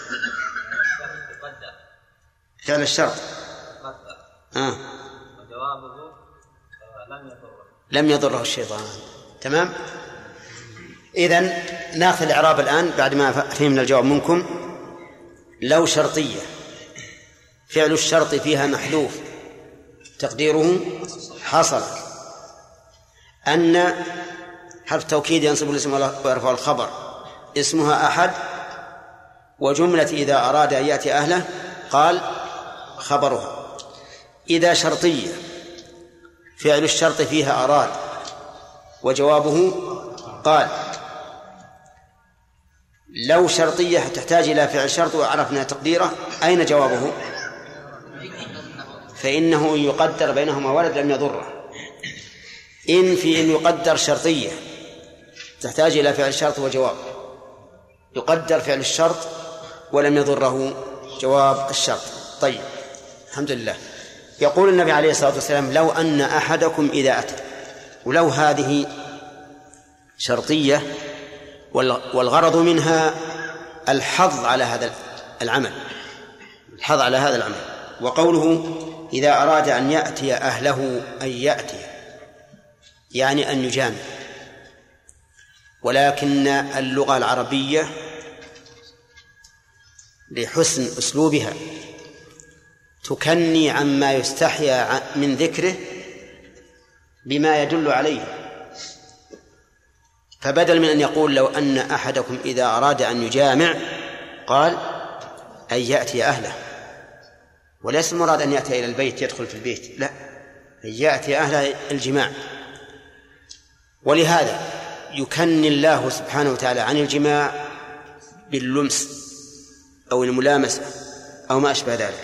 فعل الشرط آه. وجوابه لم يضره لم يضره الشيطان. تمام. إذن نأخذ الإعراب الآن بعد ما فهمنا الجواب منكم. لو شرطية فعل الشرط فيها محذوف تقديره حصل، أن حرف توكيد ينصب الاسم ويرفع الخبر اسمها أحد، وجملة إذا أراد أن يأتي أهله قال خبرها. إذا شرطية فعل الشرط فيها أراد وجوابه قال. لو شرطية تحتاج إلى فعل شرط وعرفنا تقديره، أين جوابه؟ فإنه يقدر بينهما ولد لم يضره. إن في إن يقدر شرطية تحتاج إلى فعل شرط وجواب، يقدر فعل الشرط ولم يضره جواب الشرط. طيب الحمد لله. يقول النبي عليه الصلاة والسلام لو أن أحدكم إذا أتى، ولو هذه شرطية والغرض منها الحظ على هذا العمل، الحظ على هذا العمل. وقوله إذا أراد أن يأتي أهله أن يأتي يعني أن يجامع، ولكن اللغة العربية لحسن أسلوبها تكني عما يستحيا من ذكره بما يدل عليه. فبدل من أن يقول لو أن أحدكم إذا أراد أن يجامع قال أن يأتي أهله، وليس المراد أن يأتي إلى البيت يدخل في البيت، لا، أن يأتي أهل الجماع. ولهذا يكني الله سبحانه وتعالى عن الجماع باللمس أو الملامسة أو ما أشبه ذلك.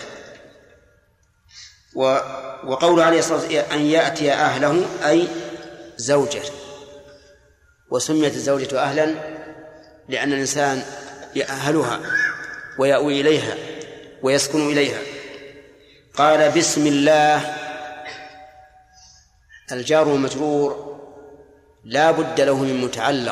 وقول عليه الصلاة والسلام أن يأتي أهله أي زوجة، وسميت الزوجة أهلا لأن الإنسان يأهلها ويأوي إليها ويسكن إليها. قال بسم الله، الجار والمجرور لا بد له من متعلق،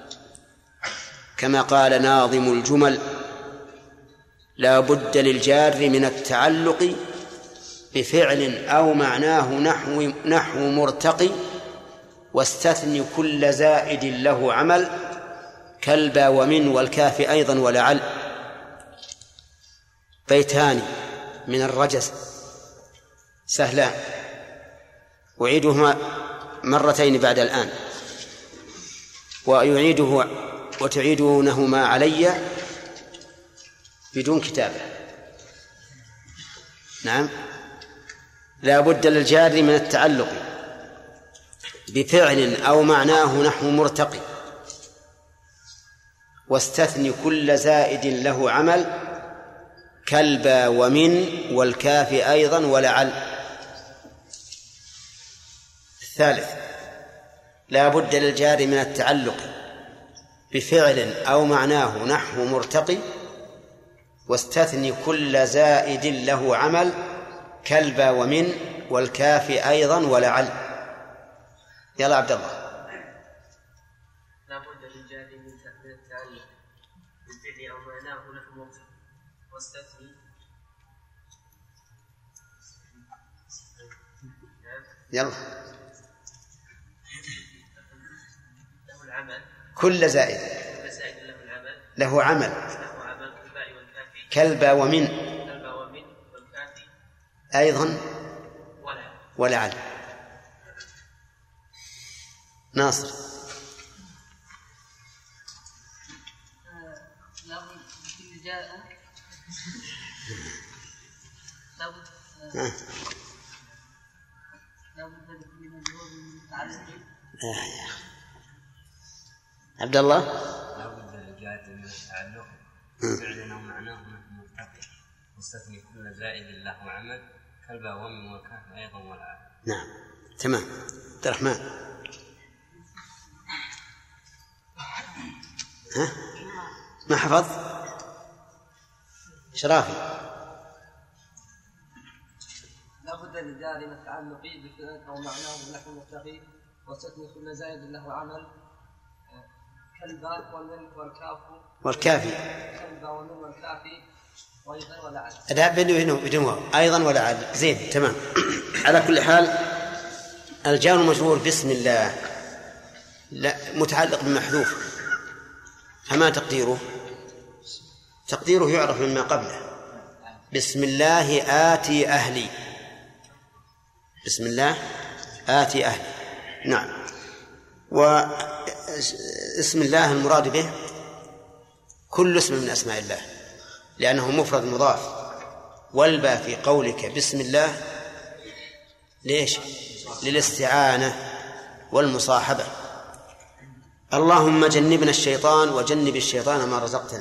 كما قال ناظم الجمل لا بد للجار من التعلق بفعل أو معناه نحو, نحو مرتقي، واستثني كل زائد له عمل كالبا ومن والكاف أيضا ولعل. بيتان من الرجز سهلان، أعيدهما مرتين بعد الآن، ويعيده وتعيدونهما علي بدون كتابة. نعم لا بد للجار من التعلق بفعل أو معناه نحو مرتقي، واستثني كل زائد له عمل كالبا ومن والكاف أيضا ولعل. الثالث لا بد للجار من التعلق بفعل أو معناه نحو مرتقي، واستثني كل زائد له عمل كالبا ومن والكاف أيضا ولعل. يلا عبد الله. لا بد للجار من التعلق بالفعل أو معناه نحو مرتقي، واستثني يلا له العمل كل زائد كل زائد له العمل له عمل له عمل كالباء والكاف كالبا ومن كالبا ومن والكاف أيضا ولعل. ولعل. ناصر. لابد لكل جاء لابد لابد لكل مجهول من التعلق. عبد الله. لابد للجار من التعلق بفعل أو معناه نحو مرتقي، واستثني كل زائد له عمل كالبا ومن والكاف أيضا والعل. نعم تمام. عبد الرحمن. ها؟ ما حفظ؟ شرافي. لا بد للجار من التعلق بفعل أو معناه نحو مرتقي، واستثني كل زائد له عمل كالباء والمن والكاف والكافي كالباء والمن والكافي وأيضا ولعل. لا بدون بدون أيضا ولعل. زين تمام. على كل حال الجار المجرور بسم الله لا متعلق بمحذوف، فما تقديره؟ تقديره يعرف مما قبله. بسم الله آتي أهلي. بسم الله آتي أهلي. نعم. واسم الله المراد به كل اسم من أسماء الله لأنه مفرد مضاف، والباء في قولك بسم الله ليش؟ للاستعانة والمصاحبة. اللهم جنبنا الشيطان وجنب الشيطان ما رزقتنا.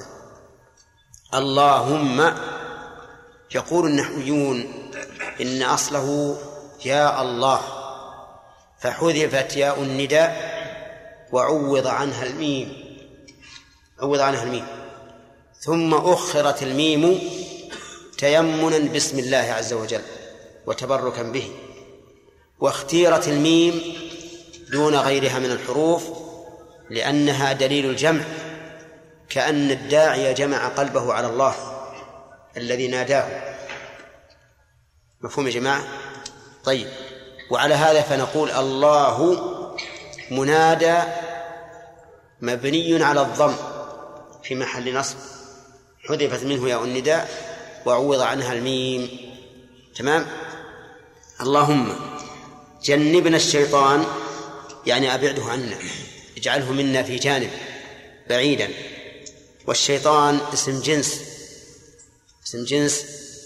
اللهم يقول النحويون إن أصله يا الله، فحذفت ياء النداء وعوض عنها الميم عوض عنها الميم ثم أخرت الميم تيمنا باسم الله عز وجل وتبركا به، واختيرت الميم دون غيرها من الحروف لأنها دليل الجمع، كأن الداعي جمع قلبه على الله الذي ناداه. مفهوم يا جماعة؟ طيب. وعلى هذا فنقول الله منادى مبني على الضم في محل نصب، حذفت منه ياء النداء وعوض عنها الميم. تمام. اللهم جنبنا الشيطان يعني أبعده عنا، اجعله منا في جانب بعيدا. والشيطان اسم جنس اسم جنس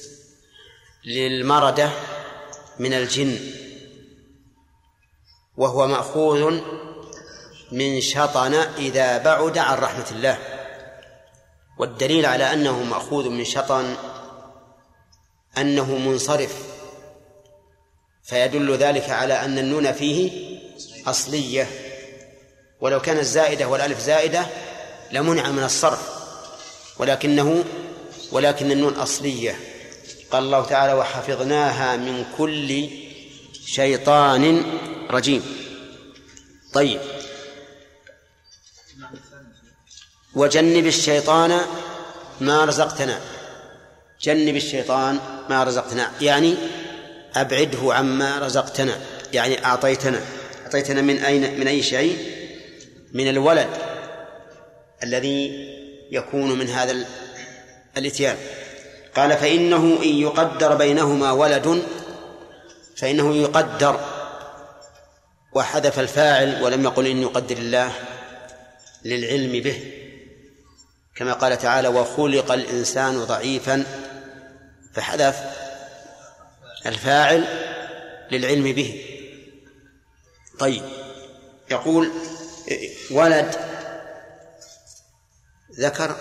للمردة من الجن، وهو مأخوذ من شطن إذا بعد عن رحمة الله. والدليل على أنه مأخوذ من شطن أنه منصرف، فيدل ذلك على أن النون فيه أصلية، ولو كانت زائدة والألف زائدة لمنع من الصرف، ولكنه ولكن النون أصلية. قال الله تعالى وحفظناها من كل شيطان رجيم. طيب. وجنب الشيطان ما رزقتنا. جنب الشيطان ما رزقتنا يعني أبعده عما رزقتنا، يعني أعطيتنا أعطيتنا من أين من أي شيء؟ من الولد الذي يكون من هذا الاتيان. قال فإنه إن يقدر بينهما ولد فإنه يقدر، وحذف الفاعل ولم يقل إن يقدر الله للعلم به، كما قال تعالى وخلق الإنسان ضعيفا، فحذف الفاعل للعلم به. طيب، يقول ولد ذكر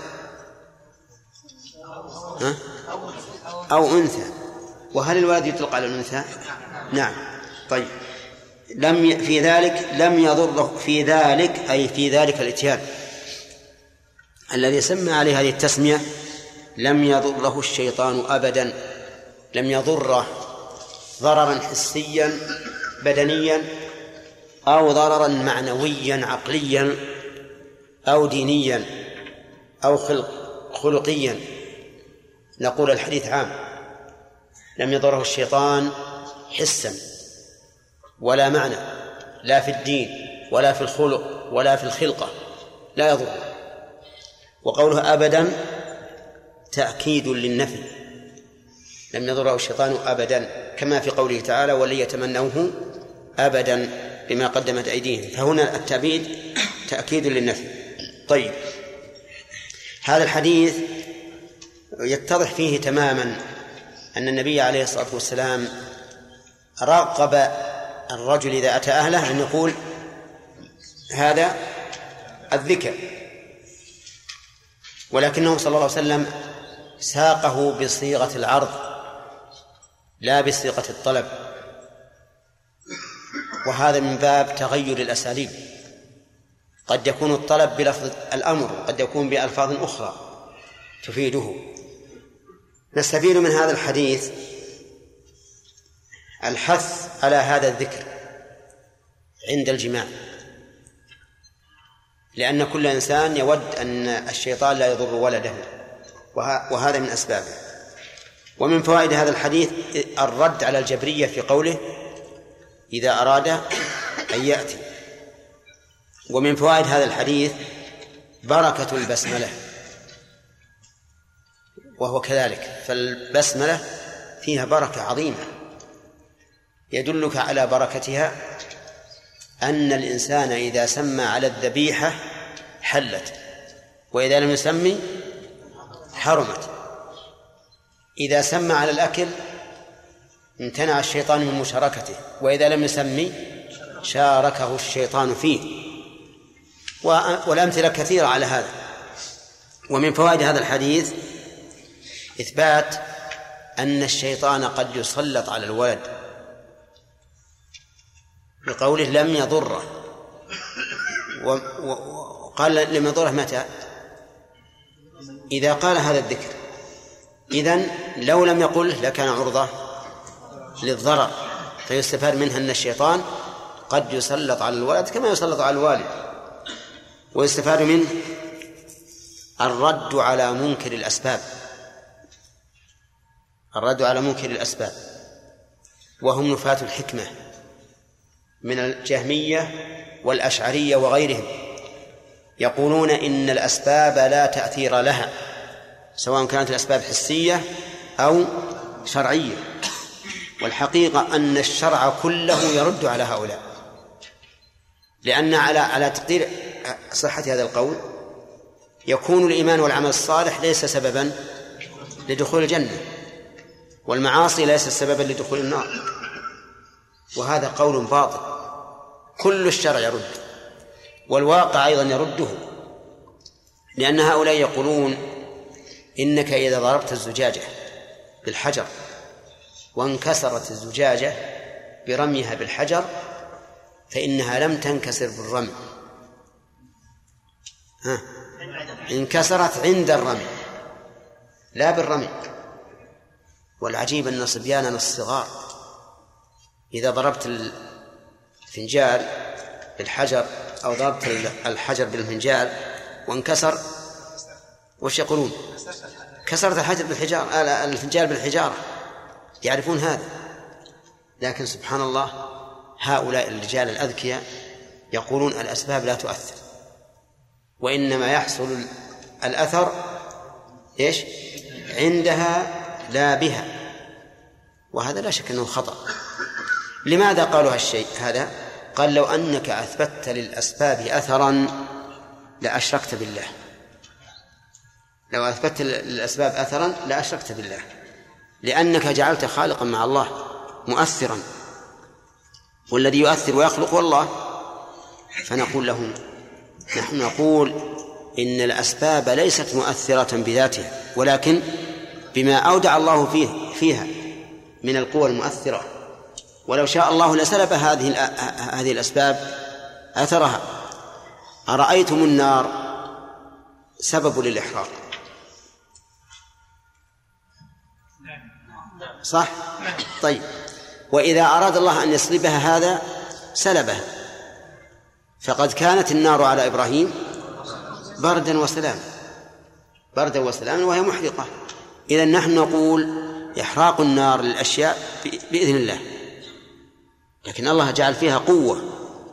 ها؟ أو أنثى، وهل الولد يطلق على الأنثى؟ نعم. طيب، لم ي... في ذلك لم يضر في ذلك أي في ذلك الإتيان الذي سمى عليه هذه التسمية لم يضره الشيطان أبدا، لم يضره ضررا حسيا بدنيا أو ضررا معنويا عقليا أو دينيا أو خلق خلقيا. نقول الحديث عام، لم يضره الشيطان حسا ولا معنى، لا في الدين ولا في الخلق ولا في الخلقة، لا يضره. وقوله أبدا تأكيد للنفي، لم يضره الشيطان أبدا، كما في قوله تعالى ولن يتمنوه أبدا بما قدمت أيديهم، فهنا التأبيد تأكيد للنفي. طيب، هذا الحديث يتضح فيه تماما أن النبي عليه الصلاة والسلام راقب الرجل إذا أتى أهله أن يقول هذا الذكر، ولكنه صلى الله عليه وسلم ساقه بصيغة العرض لا بصيغة الطلب، وهذا من باب تغير الأساليب. قد يكون الطلب بلفظ الأمر وقد يكون بألفاظ أخرى تفيده. نستفيد من هذا الحديث الحث على هذا الذكر عند الجماع، لأن كل إنسان يود أن الشيطان لا يضر ولده، وهذا من أسبابه. ومن فوائد هذا الحديث الرد على الجبرية في قوله إذا أراد أن يأتي. ومن فوائد هذا الحديث بركة البسملة، وهو كذلك، فالبسملة فيها بركة عظيمة. يدلك على بركتها أن الإنسان إذا سمى على الذبيحة حلت، وإذا لم يسمي حرمت. إذا سمى على الأكل امتنع الشيطان من مشاركته، وإذا لم يسمي شاركه الشيطان فيه، والأمثلة كثيرة على هذا. ومن فوائد هذا الحديث إثبات أن الشيطان قد يسلط على الولد بقوله لم يضره، وقال لم يضره متى؟ إذا قال هذا الذكر. إذن لو لم يقل لكان عرضة للضرر، فيستفاد منها أن الشيطان قد يسلط على الولد كما يسلط على الوالد. ويستفاد منه الرد على منكر الأسباب، الرد على منكر الأسباب وهم نفاة الحكمة من الجهمية والأشعرية وغيرهم، يقولون إن الأسباب لا تأثير لها، سواء كانت الأسباب حسية أو شرعية. والحقيقة أن الشرع كله يرد على هؤلاء، لأن على على تقدير صحة هذا القول يكون الإيمان والعمل الصالح ليس سببا لدخول الجنة، والمعاصي ليست سببا لدخول النار، وهذا قول باطل. كل الشرع يرد، والواقع أيضا يرده، لأن هؤلاء يقولون إنك إذا ضربت الزجاجة بالحجر وانكسرت الزجاجة برميها بالحجر فإنها لم تنكسر بالرمي، ها انكسرت عند الرمي لا بالرمي. والعجيب أن صبياننا الصغار إذا ضربت الفنجال بالحجر أو ضربت الحجر بالفنجال وانكسر وش يقولون؟ كسرت الحجر بالحجارة، الفنجال بالحجارة، يعرفون هذا. لكن سبحان الله هؤلاء الرجال الأذكياء يقولون الأسباب لا تؤثر، وإنما يحصل الأثر إيش؟ عندها لا بها، وهذا لا شك أنه خطأ. لماذا قالوا هالشيء هذا؟ قال لو أنك أثبتت للأسباب أثرا لأشركت بالله، لو أثبتت للأسباب أثرا لأشركت بالله، لأنك جعلت خالقا مع الله مؤثرا، والذي يؤثر ويخلق هو الله. فنقول له نحن نقول إن الأسباب ليست مؤثرة بذاتها، ولكن بما أودع الله فيه فيها من القوى المؤثرة، ولو شاء الله لسلب هذه هذه الأسباب أثرها. أرأيتم النار سبب للإحراق، صح؟ طيب، وإذا أراد الله أن يسلبها هذا سلبها، فقد كانت النار على إبراهيم بردا وسلاما، بردا وسلاما وهي محرقة. إذن نحن نقول إحراق النار للأشياء بإذن الله، لكن الله جعل فيها قوة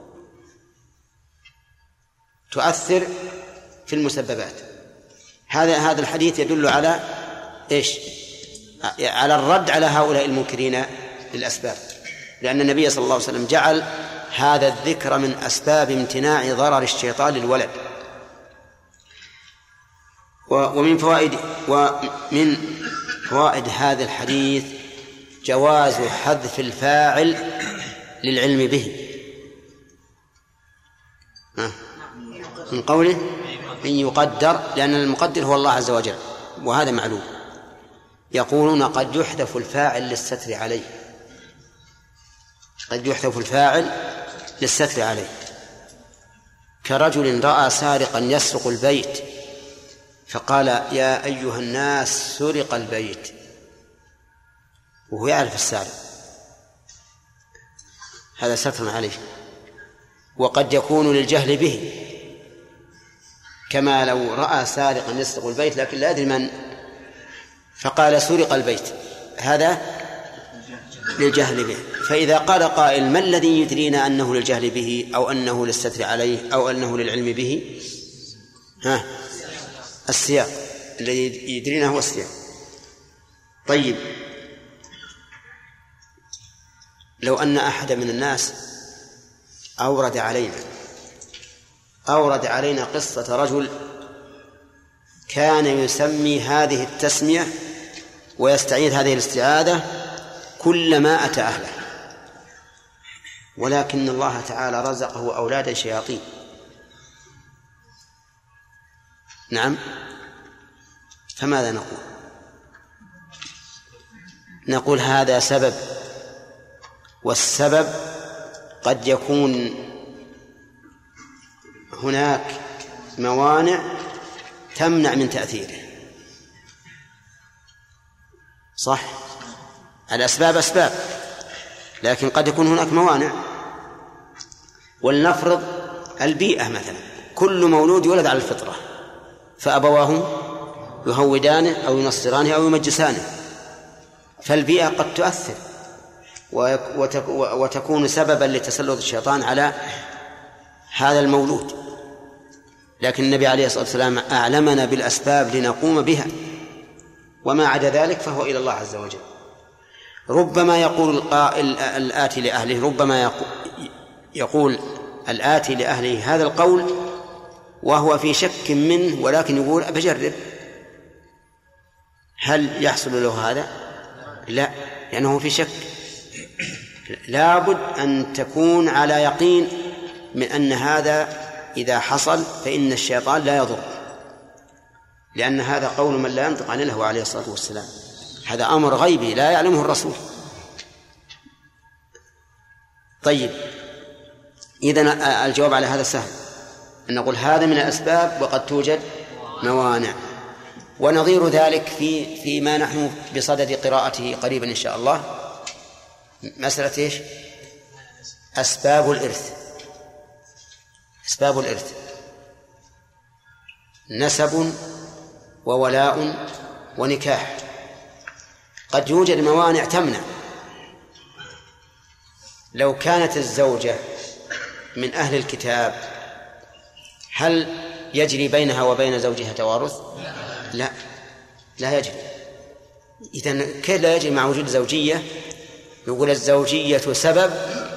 تؤثر في المسببات. هذا هذا الحديث يدل على إيش؟ على الرد على هؤلاء المنكرين للأسباب، لأن النبي صلى الله عليه وسلم جعل هذا الذكر من أسباب امتناع ضرر الشيطان للولد. ومن فوائد ومن فوائد هذا الحديث جواز حذف الفاعل للعلم به، من قوله إن يقدر، لأن المقدر هو الله عز وجل، وهذا معلوم. يقولون قد يحذف الفاعل للستر عليه، قد يحذف الفاعل للستر عليه، كرجل رأى سارقا يسرق البيت فقال يا أيها الناس سرق البيت، وهو يعرف السارق، هذا ستر عليه. وقد يكون للجهل به، كما لو رأى سارقا يسرق البيت لكن لا يدري من، فقال سرق البيت، هذا للجهل به. فإذا قال قائل ما الذي يدرينا أنه للجهل به أو أنه للستر عليه أو أنه للعلم به؟ ها، السياق الذي يدرينا هو السياق. طيب، لو أن أحد من الناس أورد علينا أورد علينا قصة رجل كان يسمي هذه التسمية ويستعيذ هذه الاستعاذة كلما أتى أهله، ولكن الله تعالى رزقه أولادا شياطين، نعم، فماذا نقول؟ نقول هذا سبب، والسبب قد يكون هناك موانع تمنع من تأثيره، صح؟ الأسباب أسباب، لكن قد يكون هناك موانع. ولنفرض البيئة مثلا، كل مولود يولد على الفطرة فأبواه يهودانه أو ينصرانه أو يمجسانه، فالبيئة قد تؤثر وتكون سببا لتسلط الشيطان على هذا المولود، لكن النبي عليه الصلاة والسلام أعلمنا بالأسباب لنقوم بها، وما عدا ذلك فهو إلى الله عز وجل. ربما يقول القائل الآتي لأهله، ربما يقول الآتي لأهله هذا القول وهو في شك منه، ولكن يقول أبجرب، هل يحصل له هذا؟ لا، لأنه في شك. لابد أن تكون على يقين من أن هذا إذا حصل فإن الشيطان لا يضر، لأن هذا قول من لا ينطق عن الله عليه الصلاة والسلام، هذا أمر غيبي لا يعلمه الرسول. طيب، إذن الجواب على هذا سهل، أن نقول هذا من الأسباب وقد توجد موانع. ونظير ذلك في فيما نحن بصدد قراءته قريبا إن شاء الله، مسألة إيش؟ أسباب الإرث. أسباب الإرث نسب وولاء ونكاح، قد يوجد موانع تمنع. لو كانت الزوجة من أهل الكتاب هل يجري بينها وبين زوجها توارث؟ لا، لا يجري. إذن كيف لا يجري مع وجود زوجية؟ يقول الزوجية سبب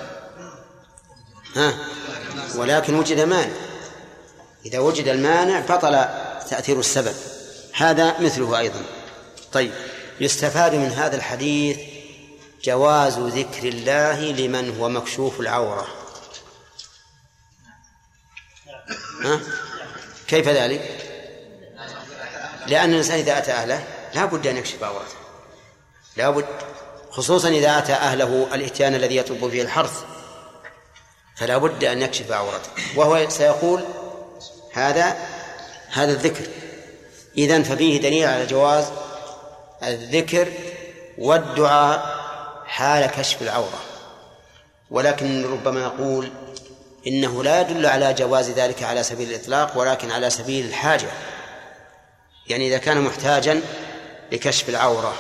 ها، ولكن وجد مانع، إذا وجد المانع بطل تأثير السبب، هذا مثله أيضا. طيب، يستفاد من هذا الحديث جواز ذكر الله لمن هو مكشوف العورة. ها؟ كيف ذلك؟ لأن الإنسان إذا أتى أهله لا بد أن يكشف عورته، لا بد، خصوصا إذا أتى أهله الإتيان الذي يطلب فيه الحرث فلا بد أن يكشف عورته، وهو سيقول هذا هذا الذكر. إذن ففيه دليل على جواز الذكر والدعاء حال كشف العورة، ولكن ربما نقول إنه لا يدل على جواز ذلك على سبيل الإطلاق، ولكن على سبيل الحاجة، يعني إذا كان محتاجا لكشف العورة،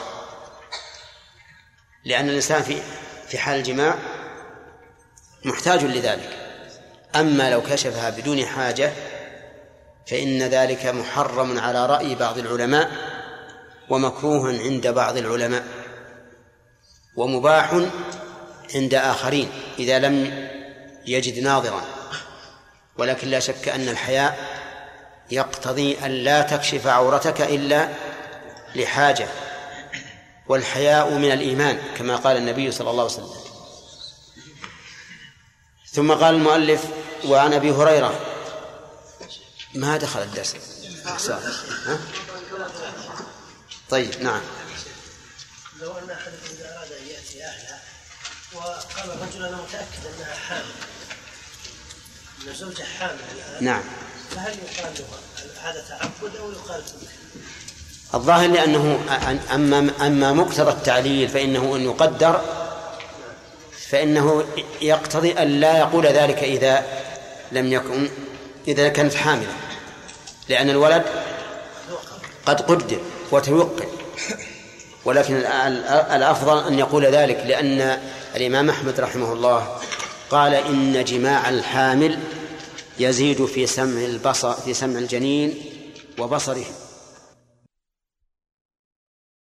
لأن الإنسان في في حال الجماع محتاج لذلك. أما لو كشفها بدون حاجة فإن ذلك محرم على رأي بعض العلماء ومكروه عند بعض العلماء ومباح عند آخرين إذا لم يجد ناظرا. ولكن لا شك أن الحياء يقتضي أن لا تكشف عورتك إلا لحاجة، والحياء من الإيمان كما قال النبي صلى الله عليه وسلم. ثم قال المؤلف: وعن أبي هريرة. ما دخل الدرس. طيب نعم. لو أن أحدكم إذا أراد أن يأتي أهلها وقال الرجل أنا متأكد أنها حامل، أن زوجها حامل الآن، نعم، فهل يقال له هذا تعبد أو يقال له؟ الظاهر لأنه أما أما مقتضى التعليل فإنه أن يقدر، فإنه يقتضي أن لا يقول ذلك إذا لم يكن إذا كانت حاملة، لأن الولد قد قدر وتوقع. ولكن الأفضل أن يقول ذلك، لأن الإمام أحمد رحمه الله قال إن جماع الحامل يزيد في سمع البصر في سمع الجنين وبصره.